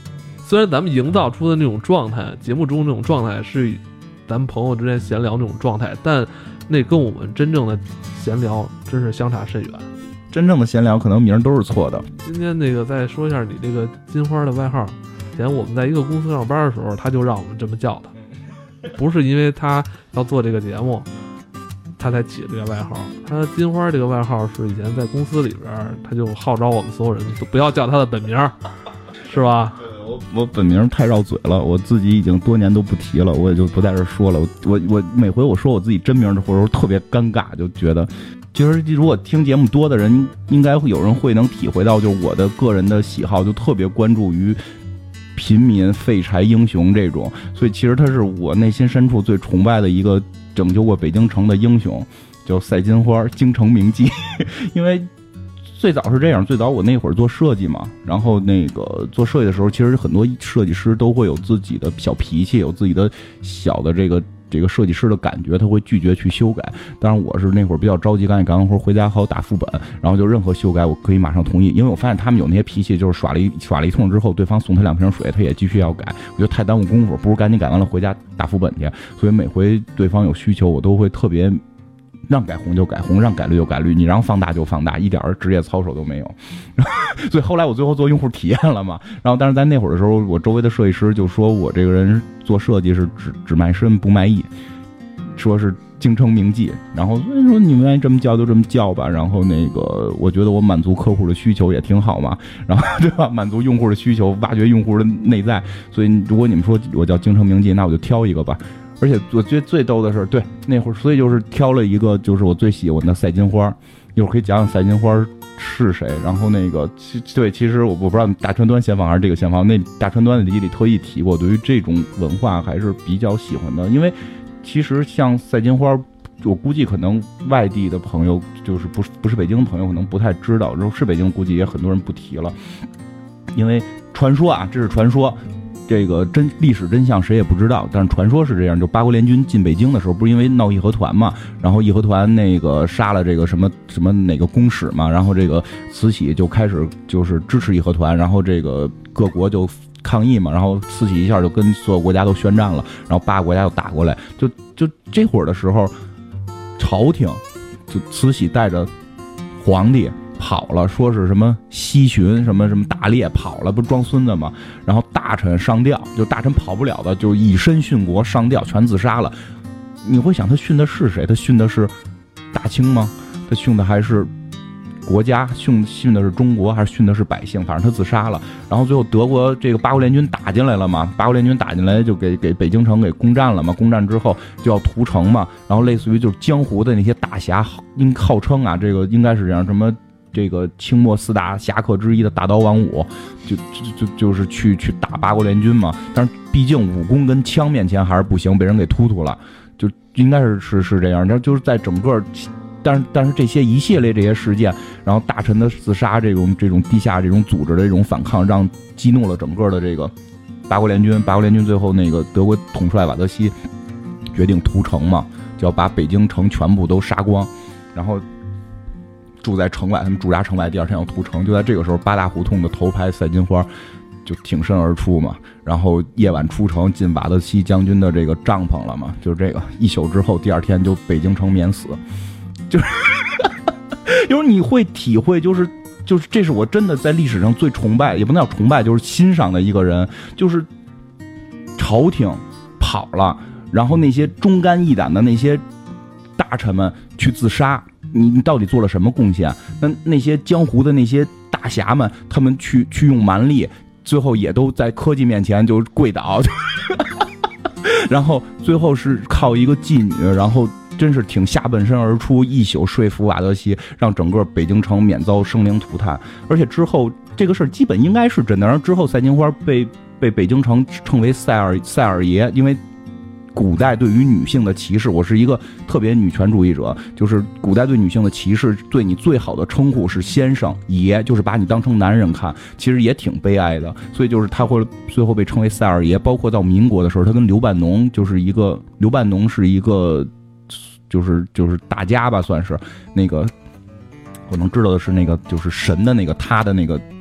Speaker 1: 虽然咱们营造出的那种状态，节目中那种状态是咱们朋友之间闲聊那种状态，但那跟我们真正的闲聊真是相差甚远。
Speaker 2: 真正的闲聊可能名都是错的。
Speaker 1: 今天那个再说一下你这个金花的外号。以前我们在一个公司上班的时候，他就让我们这么叫他，不是因为他要做这个节目他才起这个外号。他金花这个外号是以前在公司里边他就号召我们所有人都不要叫他的本名，是吧？
Speaker 2: 我我本名太绕嘴了，我自己已经多年都不提了，我也就不在这说了。我我每回我说我自己真名的时候特别尴尬，就觉得其实如果听节目多的人应该会有人会能体会到，就是我的个人的喜好就特别关注于平民废柴英雄这种，所以其实他是我内心深处最崇拜的一个拯救过北京城的英雄，叫赛金花，京城名妓。因为最早是这样，最早我那会儿做设计嘛，然后那个做设计的时候，其实很多设计师都会有自己的小脾气，有自己的小的这个这个设计师的感觉，他会拒绝去修改。当然我是那会儿比较着急，赶紧干完活回家好打副本，然后就任何修改我可以马上同意，因为我发现他们有那些脾气，就是耍了一耍了一通之后，对方送他两瓶水，他也继续要改，我觉得太耽误功夫，不如赶紧改完了回家打副本去。所以每回对方有需求，我都会特别让改红就改红，让改绿就改绿，你让放大就放大，一点职业操守都没有。所以后来我最后做用户体验了嘛，然后但是在那会儿的时候，我周围的设计师就说我这个人做设计是只只卖身不卖艺，说是京城名妓，然后所以说你们愿意这么叫就这么叫吧。然后那个我觉得我满足客户的需求也挺好嘛，然后对吧，满足用户的需求，挖掘用户的内在。所以如果你们说我叫京城名妓，那我就挑一个吧。而且我觉得最逗的是，对那会儿，所以就是挑了一个，就是我最喜欢的赛金花。一会儿可以讲讲赛金花是谁。然后那个，对，其实我我不知道大川端先锋还是这个先锋，那大川端的里里特意提过，对于这种文化还是比较喜欢的。因为其实像赛金花，我估计可能外地的朋友，就是不是不是北京的朋友，可能不太知道。如果是北京，估计也很多人不提了，因为传说啊，这是传说。这个真历史真相谁也不知道，但是传说是这样，就八国联军进北京的时候，不是因为闹义和团嘛，然后义和团那个杀了这个什么什么哪个公使嘛，然后这个慈禧就开始就是支持义和团，然后这个各国就抗议嘛，然后慈禧一下就跟所有国家都宣战了，然后八个国家又打过来，就就这会儿的时候，朝廷就慈禧带着皇帝跑了，说是什么西巡什么什么打猎跑了，不是装孙子吗？然后大臣上吊，就大臣跑不了的，就以身殉国，上吊全自杀了。你会想他殉的是谁？他殉的是大清吗？他殉的还是国家？殉殉的是中国还是殉的是百姓？反正他自杀了。然后最后德国这个八国联军打进来了嘛，八国联军打进来就给给北京城给攻占了嘛，攻占之后就要屠城嘛，然后类似于就是江湖的那些大侠，应号称啊，这个应该是这样，什么这个清末四大侠客之一的大刀王五，就就就就是去去打八国联军嘛。但是毕竟武功跟枪面前还是不行，被人给突突了，就应该是是是这样。然后就是在整个，但是但是这些一系列这些事件，然后大臣的自杀，这种这种地下这种组织的这种反抗，让激怒了整个的这个八国联军。八国联军最后那个德国统帅瓦德西决定屠城嘛，就要把北京城全部都杀光，然后住在城外，他们驻扎城外，第二天要屠城。就在这个时候，八大胡同的头牌赛金花就挺身而出嘛，然后夜晚出城进瓦德西将军的这个帐篷了嘛，就是这个一宿之后，第二天就北京城免死。就是有时候你会体会，就是就是这是我真的在历史上最崇拜，也不能叫崇拜，就是欣赏的一个人，就是朝廷跑了，然后那些忠肝义胆的那些大臣们去自杀。你你到底做了什么贡献？那那些江湖的那些大侠们，他们去去用蛮力，最后也都在科技面前就跪倒，然后最后是靠一个妓女，然后真是挺下半身而出，一宿说服瓦德西，让整个北京城免遭生灵涂炭。而且之后这个事儿基本应该是真的。然后之后赛金花被被北京城称为赛尔赛尔爷，因为古代对于女性的歧视，我是一个特别女权主义者，就是古代对女性的歧视，对你最好的称呼是先生爷，就是把你当成男人看，其实也挺悲哀的。所以就是他会最后被称为赛尔爷。包括到民国的时候，他跟刘半农就是一个，刘半农是一个就是就是大家吧，算是那个我能知道的是那个就是神的那个他的那个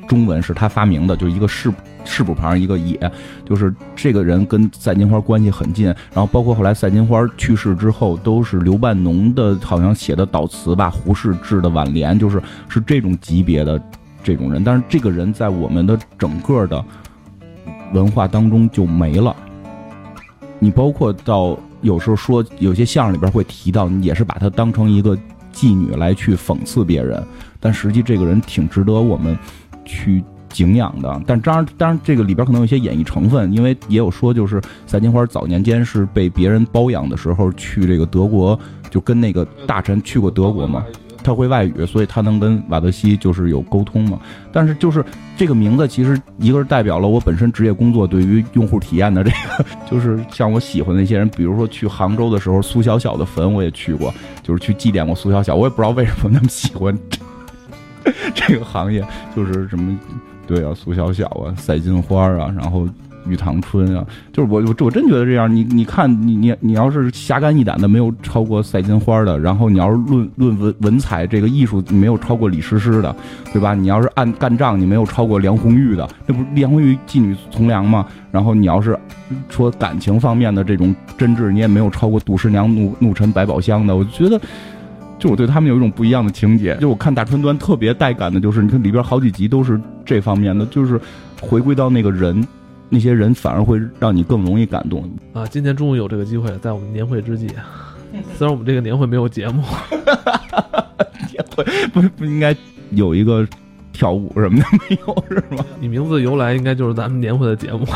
Speaker 2: 中文是他发明的，就一个士士部旁一个野，就是这个人跟赛金花关系很近。然后包括后来赛金花去世之后，都是刘半农的好像写的悼词吧，胡适致的挽联，就是是这种级别的这种人。但是这个人在我们的整个的文化当中就没了。你包括到有时候说有些相声里边会提到，也是把他当成一个妓女来去讽刺别人，但实际这个人挺值得我们去敬仰的。但当然当然这个里边可能有一些演绎成分，因为也有说就是赛金花早年间是被别人包养的时候去这个德国，就跟那个大臣去过德国嘛，他会外语，所以他能跟瓦德西就是有沟通嘛。但是就是这个名字其实一个是代表了我本身职业工作对于用户体验的这个，就是像我喜欢的那些人，比如说去杭州的时候苏小小的坟我也去过，就是去祭奠过苏小小，我也不知道为什么那么喜欢这个行业，就是什么对啊苏小小啊赛金花啊，然后玉堂春啊，就是我我我真觉得这样，你你看你你你要是侠肝义胆的没有超过赛金花的，然后你要是论论文文采这个艺术没有超过李师师的，对吧？你要是按干仗你没有超过梁红玉的，那不是梁红玉妓女从良吗？然后你要是说感情方面的这种真挚，你也没有超过杜十娘怒怒沉百宝箱的。我觉得就我对他们有一种不一样的情节，就我看大川端特别带感的就是你看里边好几集都是这方面的，就是回归到那个人，那些人反而会让你更容易感动
Speaker 1: 啊！今天终于有这个机会，在我们年会之际，虽然我们这个年会没有节目，
Speaker 2: 年会不不应该有一个跳舞什么的没有是吗？
Speaker 1: 你名字由来应该就是咱们年会的节目。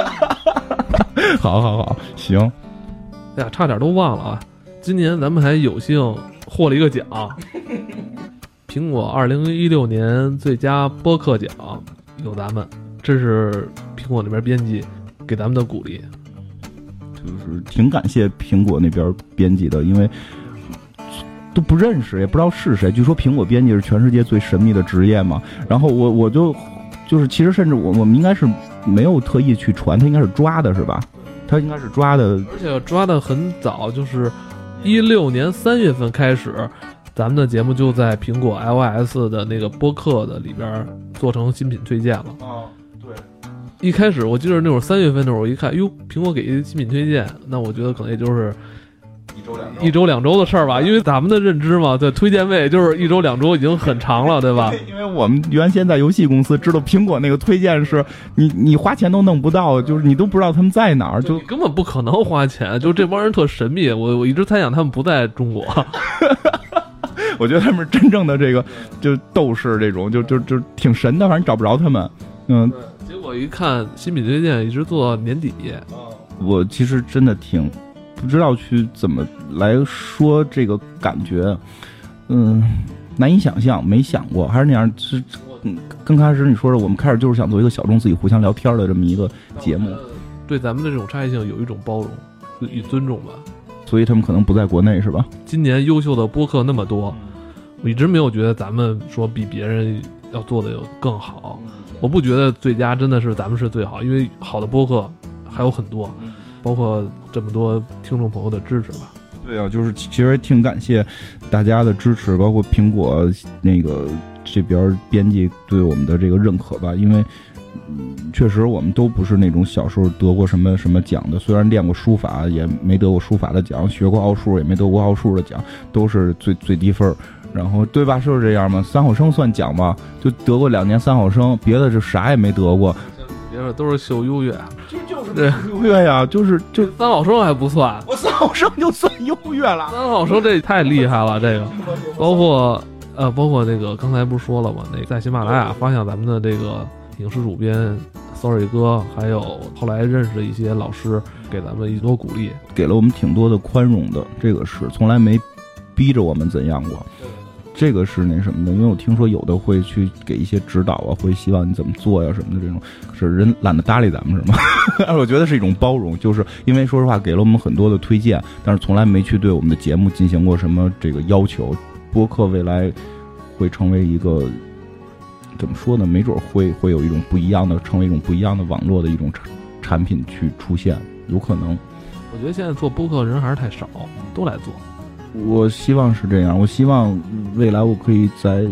Speaker 2: 好好好，行。
Speaker 1: 哎呀，差点都忘了啊！今年咱们还有幸获了一个奖，苹果二零一六年最佳播客奖有咱们。这是苹果那边编辑给咱们的鼓励，
Speaker 2: 就是挺感谢苹果那边编辑的，因为都不认识，也不知道是谁。据说苹果编辑是全世界最神秘的职业嘛。然后我我就就是其实甚至我我们应该是没有特意去传，他应该是抓的是吧？他应该是抓的，
Speaker 1: 而且抓的很早，就是一六年三月份开始。咱们的节目就在苹果 iOS 的那个播客的里边做成新品推荐了。
Speaker 2: 哦，对。
Speaker 1: 一开始我记得那会儿三月份那会儿，我一看，哟，苹果给一新品推荐，那我觉得可能也就是
Speaker 2: 一周两周
Speaker 1: 一周两周的事儿吧，因为咱们的认知嘛，对，推荐位就是一周两周已经很长了，对吧？
Speaker 2: 因为我们原先在游戏公司知道苹果那个推荐是你你花钱都弄不到，就是你都不知道他们在哪儿，就
Speaker 1: 根本不可能花钱，就这帮人特神秘，我我一直猜想他们不在中国。
Speaker 2: 我觉得他们是真正的这个就斗士这种，就就就挺神的，反正找不着他们。嗯，
Speaker 1: 结果一看新品推荐一直做到年底。
Speaker 2: 我其实真的挺不知道去怎么来说这个感觉，嗯，难以想象，没想过，还是那样。是，嗯，刚开始你说的，我们开始就是想做一个小众自己互相聊天的这么一个节目，
Speaker 1: 对咱们的这种差异性有一种包容与尊重吧。
Speaker 2: 所以他们可能不在国内是吧？
Speaker 1: 今年优秀的播客那么多，我一直没有觉得咱们说比别人要做的有更好。我不觉得最佳真的是咱们是最好，因为好的播客还有很多，包括这么多听众朋友的支持吧。
Speaker 2: 对啊，就是其实挺感谢大家的支持，包括苹果那个这边编辑对我们的这个认可吧，因为确实我们都不是那种小时候得过什么什么奖的，虽然练过书法也没得过书法的奖，学过奥数也没得过奥数的奖，都是最最低分，然后对吧？是这样吗？三好生算奖吧，就得过两年三好生，别的就啥也没得过，
Speaker 1: 别的都是秀优越，
Speaker 2: 这就是优越呀，就是就
Speaker 1: 三好生还不算，
Speaker 2: 我三好生就算优越了，
Speaker 1: 三好生这太厉害了，这个包括呃包括那个刚才不是说了吗？那个在喜马拉雅发现咱们的这个影视主编 Sorry 哥，还有后来认识的一些老师，给咱们一多鼓励，
Speaker 2: 给了我们挺多的宽容的，这个是从来没逼着我们怎样过。这个是那什么的，因为我听说有的会去给一些指导啊，会希望你怎么做呀什么的，这种是人懒得搭理咱们是吗？但是我觉得是一种包容，就是因为说实话给了我们很多的推荐，但是从来没去对我们的节目进行过什么这个要求。播客未来会成为一个怎么说呢？没准会会有一种不一样的，成为一种不一样的网络的一种产品去出现，有可能。
Speaker 1: 我觉得现在做播客的人还是太少，都来做。
Speaker 2: 我希望是这样，我希望未来我可以在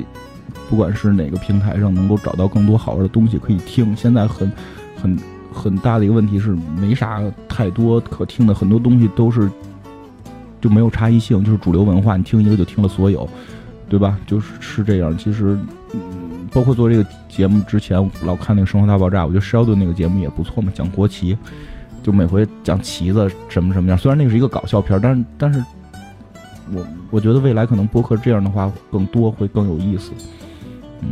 Speaker 2: 不管是哪个平台上能够找到更多好玩的东西可以听。现在很很很大的一个问题是没啥太多可听的，很多东西都是就没有差异性，就是主流文化，你听一个就听了所有，对吧？就是是这样。其实嗯，包括做这个节目之前老看那个生活大爆炸，我觉得Sheldon那个节目也不错嘛，讲国旗，就每回讲旗子什么什么样，虽然那个是一个搞笑片，但是但是我我觉得未来可能播客这样的话更多会更有意思。嗯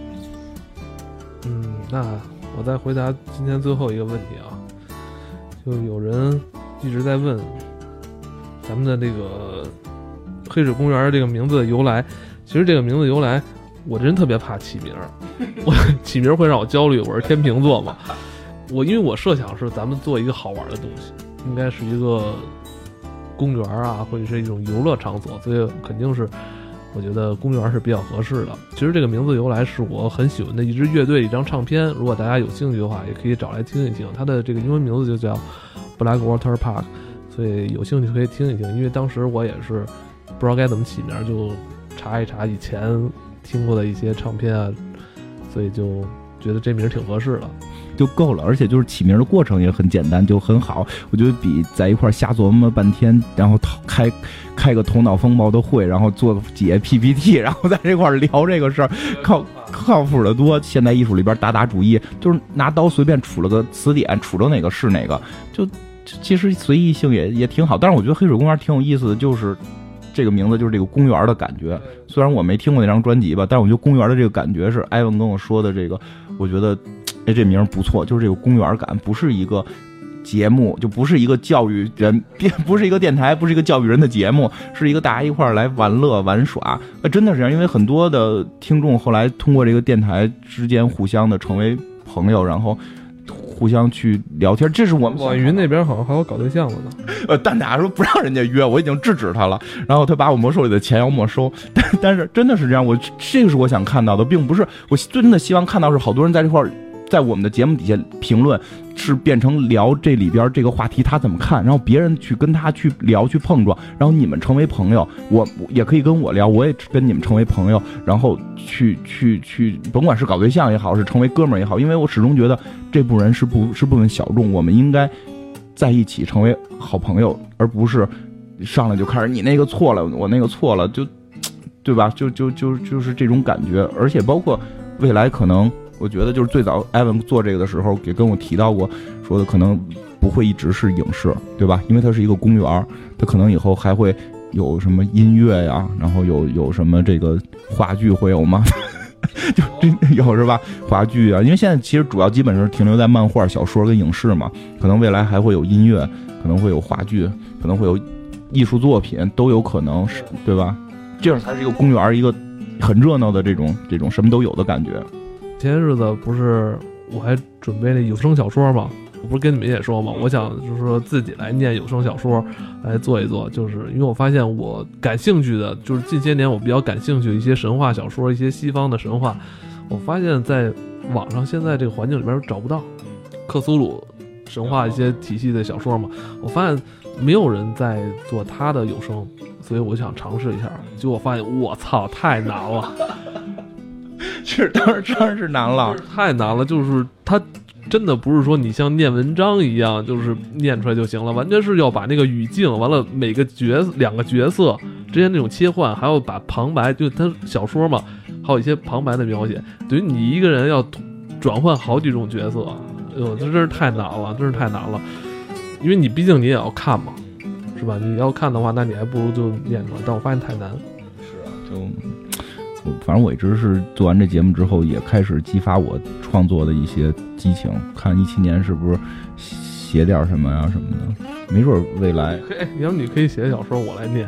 Speaker 1: 嗯，那我再回答今天最后一个问题啊，就有人一直在问咱们的这个黑水公园这个名字的由来。其实这个名字由来，我这人特别怕起名，我起名会让我焦虑。我是天秤座嘛，我因为我设想是咱们做一个好玩的东西，应该是一个公园啊，或者是一种游乐场所，所以肯定是我觉得公园是比较合适的。其实这个名字由来是我很喜欢的一支乐队一张唱片，如果大家有兴趣的话也可以找来听一听，它的这个英文名字就叫 Blackwater Park， 所以有兴趣可以听一听。因为当时我也是不知道该怎么起名，就查一查以前听过的一些唱片啊，所以就觉得这名挺合适的
Speaker 2: 就够了。而且就是起名的过程也很简单，就很好。我觉得比在一块瞎琢磨半天，然后开开个头脑风暴的会，然后做几页 P P T， 然后在这块聊这个事儿，靠靠谱的多。现代艺术里边打打主意，就是拿刀随便杵了个词典，杵着哪个是哪个，就其实随意性也也挺好。但是我觉得黑水公园挺有意思的，就是这个名字就是这个公园的感觉。虽然我没听过那张专辑吧，但是我觉得公园的这个感觉是艾文跟我说的这个，我觉得哎这名不错，就是这个公园感，不是一个节目，就不是一个教育人，不是一个电台，不是一个教育人的节目，是一个大家一块儿来玩乐玩耍。呃，真的是这样，因为很多的听众后来通过这个电台之间互相的成为朋友，然后互相去聊天，这是我们
Speaker 1: 网云那边好像还有搞对象了呢。
Speaker 2: 呃，蛋挞说不让人家约，我已经制止他了，然后他把我魔兽里的钱要没收，但但是真的是这样，我这个是我想看到的，并不是我真的希望看到是好多人在这块儿，在我们的节目底下评论，是变成聊这里边这个话题他怎么看，然后别人去跟他去聊去碰撞，然后你们成为朋友，我也可以跟我聊，我也跟你们成为朋友，然后去去去，甭管是搞对象也好，是成为哥们儿也好，因为我始终觉得这部分人是不是部分小众，我们应该在一起成为好朋友，而不是上来就开始你那个错了，我那个错了，就对吧？就就就就是这种感觉。而且包括未来可能，我觉得就是最早艾文做这个的时候也跟我提到过，说的可能不会一直是影视，对吧？因为它是一个公园，它可能以后还会有什么音乐呀，然后有有什么这个话剧会有吗？就真有是吧？话剧啊，因为现在其实主要基本上停留在漫画、小说跟影视嘛，可能未来还会有音乐，可能会有话剧，可能会有艺术作品，都有可能，是对吧？这样才是一个公园，一个很热闹的这种这种什么都有的感觉。
Speaker 1: 前些日子不是我还准备了有声小说嘛，我不是跟你们也说嘛，我想就是说自己来念有声小说来做一做，就是因为我发现我感兴趣的，就是近些年我比较感兴趣的一些神话小说，一些西方的神话，我发现在网上现在这个环境里边找不到克苏鲁神话一些体系的小说嘛，我发现没有人在做他的有声，所以我想尝试一下，结果我发现我操太难了。
Speaker 2: 是当然当然是难了，
Speaker 1: 太难了，就是它真的不是说你像念文章一样，就是念出来就行了，完全是要把那个语境，完了每个角两个角色之间那种切换，还要把旁白，就它小说嘛，还有一些旁白的描写，等于你一个人要转换好几种角色，哎呦，这真是太难了，真是太难了，因为你毕竟你也要看嘛，是吧？你要看的话，那你还不如就念出来，但我发现太难。
Speaker 2: 是啊，就。反正我一直是做完这节目之后，也开始激发我创作的一些激情，看一七年是不是写点什么呀什么的，没准未来。
Speaker 1: 哎，你要你可以写小说，我来念。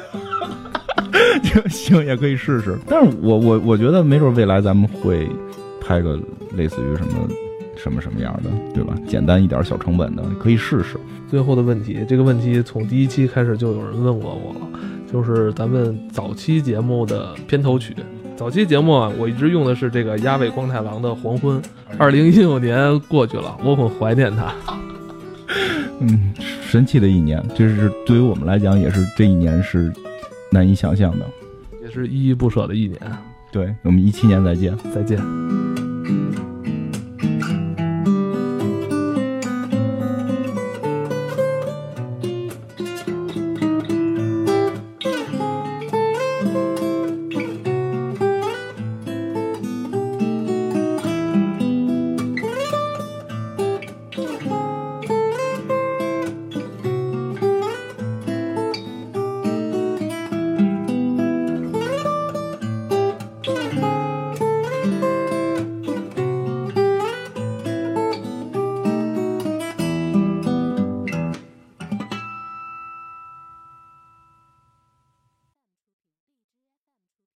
Speaker 2: 行，也可以试试。但是我我我觉得没准未来咱们会拍个类似于什么什么什么样的，对吧？简单一点小成本的，可以试试。
Speaker 1: 最后的问题，这个问题从第一期开始就有人问过我了。就是咱们早期节目的片头曲，早期节目啊，我一直用的是这个鸭尾光太郎的《黄昏》。二零一六年过去了，我很怀念它。
Speaker 2: 嗯，神奇的一年，这是对于我们来讲，也是这一年是难以想象的，
Speaker 1: 也是依依不舍的一年。
Speaker 2: 对，我们一七年再见，
Speaker 1: 再见。